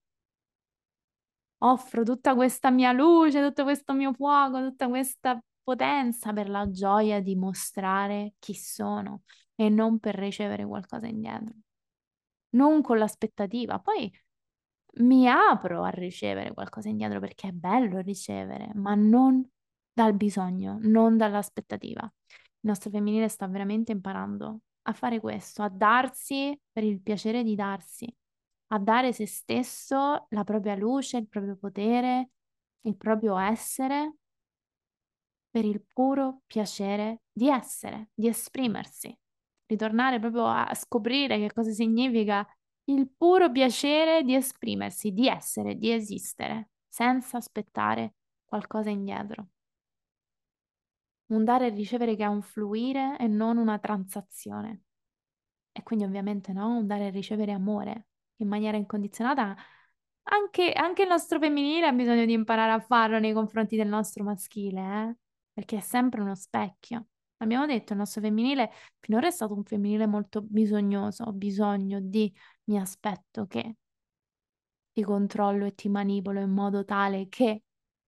Offro tutta questa mia luce, tutto questo mio fuoco, tutta questa potenza per la gioia di mostrare chi sono e non per ricevere qualcosa indietro. Non con l'aspettativa. Poi mi apro a ricevere qualcosa indietro perché è bello ricevere, ma non dal bisogno, non dall'aspettativa. Il nostro femminile sta veramente imparando a fare questo, a darsi per il piacere di darsi, a dare se stesso, la propria luce, il proprio potere, il proprio essere per il puro piacere di essere, di esprimersi. Ritornare proprio a scoprire che cosa significa il puro piacere di esprimersi, di essere, di esistere, senza aspettare qualcosa indietro. Un dare e ricevere che è un fluire e non una transazione. E quindi ovviamente no, un dare e ricevere amore in maniera incondizionata. Anche, anche il nostro femminile ha bisogno di imparare a farlo nei confronti del nostro maschile, eh? Perché è sempre uno specchio. Abbiamo detto, il nostro femminile finora è stato un femminile molto bisognoso, ho bisogno di, mi aspetto che ti controllo e ti manipolo in modo tale che,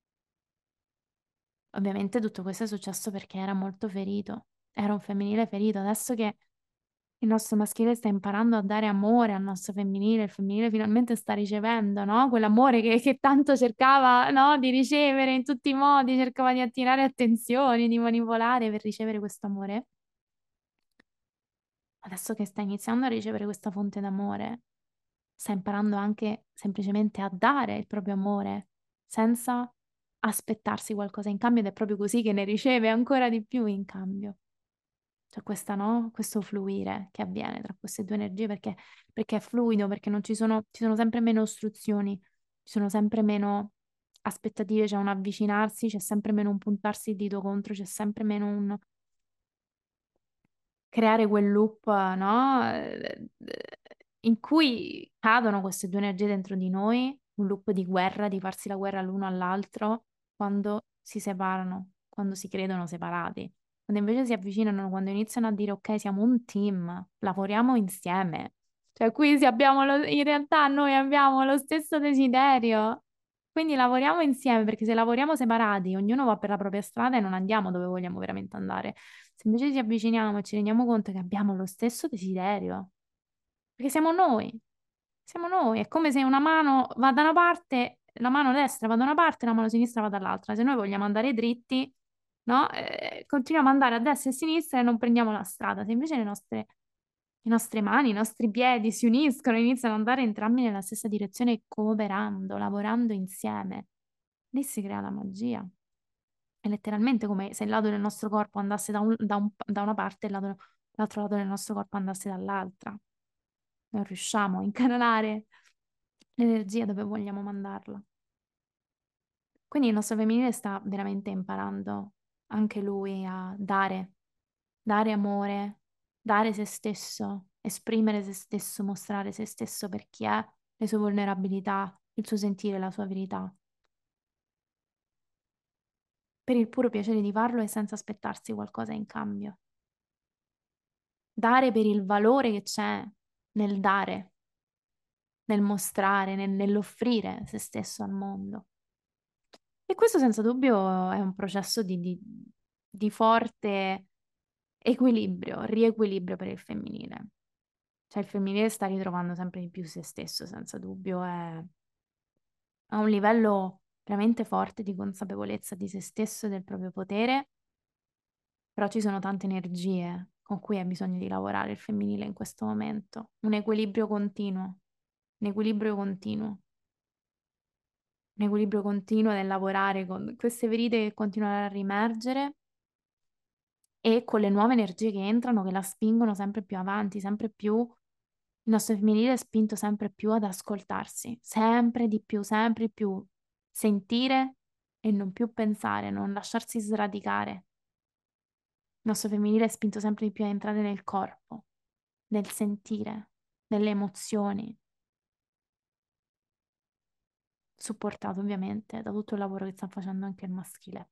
ovviamente tutto questo è successo perché era molto ferito, era un femminile ferito. Adesso che il nostro maschile sta imparando a dare amore al nostro femminile, il femminile finalmente sta ricevendo, no? Quell'amore che, che tanto cercava, no? Di ricevere in tutti i modi, cercava di attirare attenzioni, di manipolare per ricevere questo amore. Adesso che sta iniziando a ricevere questa fonte d'amore, sta imparando anche semplicemente a dare il proprio amore senza aspettarsi qualcosa in cambio ed è proprio così che ne riceve ancora di più in cambio. C'è questa, no? Questo fluire che avviene tra queste due energie perché, perché è fluido, perché non ci sono, ci sono sempre meno ostruzioni, ci sono sempre meno aspettative, c'è un avvicinarsi, c'è sempre meno un puntarsi il dito contro, c'è sempre meno un creare quel loop, no? Eh, In cui cadono queste due energie dentro di noi, un loop di guerra, di farsi la guerra l'uno all'altro, quando si separano, quando si credono separati. Quando invece si avvicinano, quando iniziano a dire ok, siamo un team, lavoriamo insieme. Cioè, qui se abbiamo lo- in realtà noi abbiamo lo stesso desiderio. Quindi lavoriamo insieme, perché se lavoriamo separati, ognuno va per la propria strada e non andiamo dove vogliamo veramente andare. Se invece ci avviciniamo e ci rendiamo conto che abbiamo lo stesso desiderio, perché siamo noi, siamo noi, è come se una mano va da una parte, la mano destra va da una parte e la mano sinistra va dall'altra. Se noi vogliamo andare dritti, no? Eh, continuiamo ad andare a destra e a sinistra e non prendiamo la strada. Se invece le nostre, le nostre mani, i nostri piedi si uniscono, iniziano ad andare entrambi nella stessa direzione, cooperando, lavorando insieme, lì si crea la magia. È letteralmente come se il lato del nostro corpo andasse da, un- da un- da una parte e il lato- l'altro lato del nostro corpo andasse dall'altra. Non riusciamo a incanalare l'energia dove vogliamo mandarla. Quindi il nostro femminile sta veramente imparando anche lui a dare, dare amore, dare se stesso, esprimere se stesso, mostrare se stesso per chi è, le sue vulnerabilità, il suo sentire, la sua verità, per il puro piacere di farlo e senza aspettarsi qualcosa in cambio. Dare per il valore che c'è nel dare, nel mostrare, nel- nell'offrire se stesso al mondo. E questo senza dubbio è un processo di, di- di forte equilibrio, riequilibrio per il femminile. Cioè il femminile sta ritrovando sempre di più se stesso, senza dubbio, è a un livello veramente forte di consapevolezza di se stesso e del proprio potere, però ci sono tante energie con cui ha bisogno di lavorare il femminile in questo momento. Un equilibrio continuo, un equilibrio continuo, un equilibrio continuo nel lavorare con queste ferite che continuano a rimergere e con le nuove energie che entrano, che la spingono sempre più avanti, sempre più, il nostro femminile è spinto sempre più ad ascoltarsi, sempre di più, sempre di più, sentire e non più pensare, non lasciarsi sradicare. Il nostro femminile è spinto sempre di più a entrare nel corpo, nel sentire, nelle emozioni, supportato ovviamente da tutto il lavoro che sta facendo anche il maschile.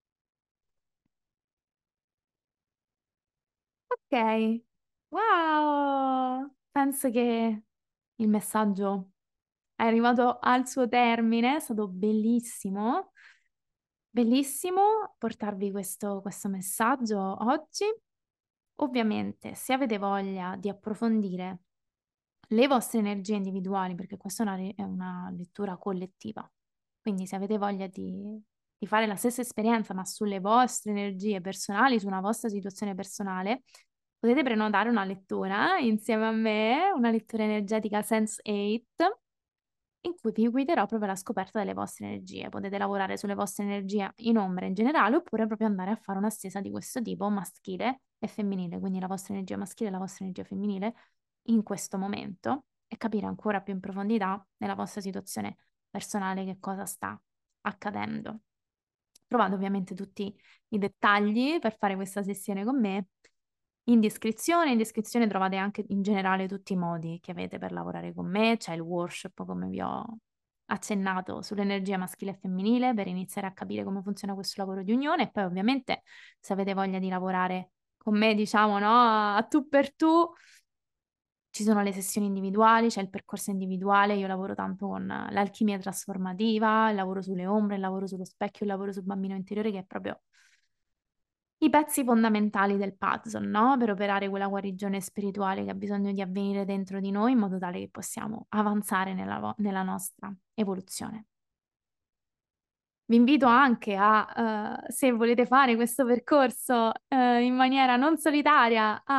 Ok, wow! Penso che il messaggio è arrivato al suo termine, è stato bellissimo, bellissimo portarvi questo, questo messaggio oggi. Ovviamente, se avete voglia di approfondire le vostre energie individuali, perché questa è una, re- è una lettura collettiva, quindi se avete voglia di, di fare la stessa esperienza, ma sulle vostre energie personali, su una vostra situazione personale, potete prenotare una lettura insieme a me, una lettura energetica sense otto, in cui vi guiderò proprio alla scoperta delle vostre energie. Potete lavorare sulle vostre energie in ombra in generale, oppure proprio andare a fare una stesa di questo tipo, maschile e femminile, quindi la vostra energia maschile e la vostra energia femminile in questo momento e capire ancora più in profondità nella vostra situazione personale che cosa sta accadendo. Trovate ovviamente tutti i dettagli per fare questa sessione con me in descrizione. In descrizione trovate anche in generale tutti i modi che avete per lavorare con me. C'è il workshop, come vi ho accennato, sull'energia maschile e femminile per iniziare a capire come funziona questo lavoro di unione. E poi ovviamente se avete voglia di lavorare con me, diciamo, no, a tu per tu, ci sono le sessioni individuali, c'è il percorso individuale, io lavoro tanto con l'alchimia trasformativa, il lavoro sulle ombre, il lavoro sullo specchio, il lavoro sul bambino interiore, che è proprio i pezzi fondamentali del puzzle, no? Per operare quella guarigione spirituale che ha bisogno di avvenire dentro di noi in modo tale che possiamo avanzare nella, vo- nella nostra evoluzione. Vi invito anche a, eh, se volete fare questo percorso, eh, in maniera non solitaria, a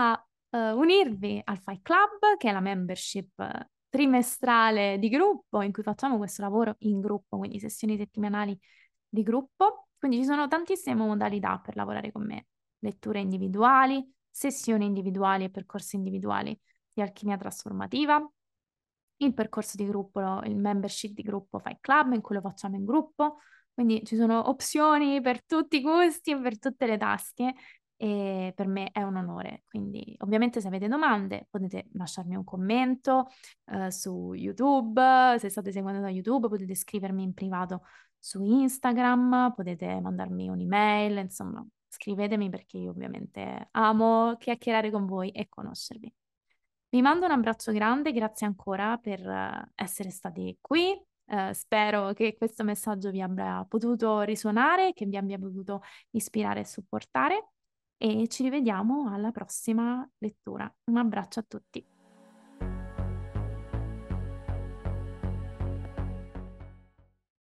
eh, unirvi al Fight Club, che è la membership eh, trimestrale di gruppo, in cui facciamo questo lavoro in gruppo, quindi sessioni settimanali di gruppo. Quindi ci sono tantissime modalità per lavorare con me: letture individuali, sessioni individuali e percorsi individuali di alchimia trasformativa, il percorso di gruppo, il membership di gruppo Fight Club, in cui lo facciamo in gruppo. Quindi ci sono opzioni per tutti i gusti e per tutte le tasche, e per me è un onore. Quindi ovviamente se avete domande potete lasciarmi un commento eh, su YouTube, se state seguendo da YouTube potete scrivermi in privato su Instagram, potete mandarmi un'email, insomma, scrivetemi perché io ovviamente amo chiacchierare con voi e conoscervi. Vi mando un abbraccio grande, grazie ancora per eh, essere stati qui. Eh, spero che questo messaggio vi abbia potuto risuonare, che vi abbia potuto ispirare e supportare, e ci rivediamo alla prossima lettura. Un abbraccio a tutti.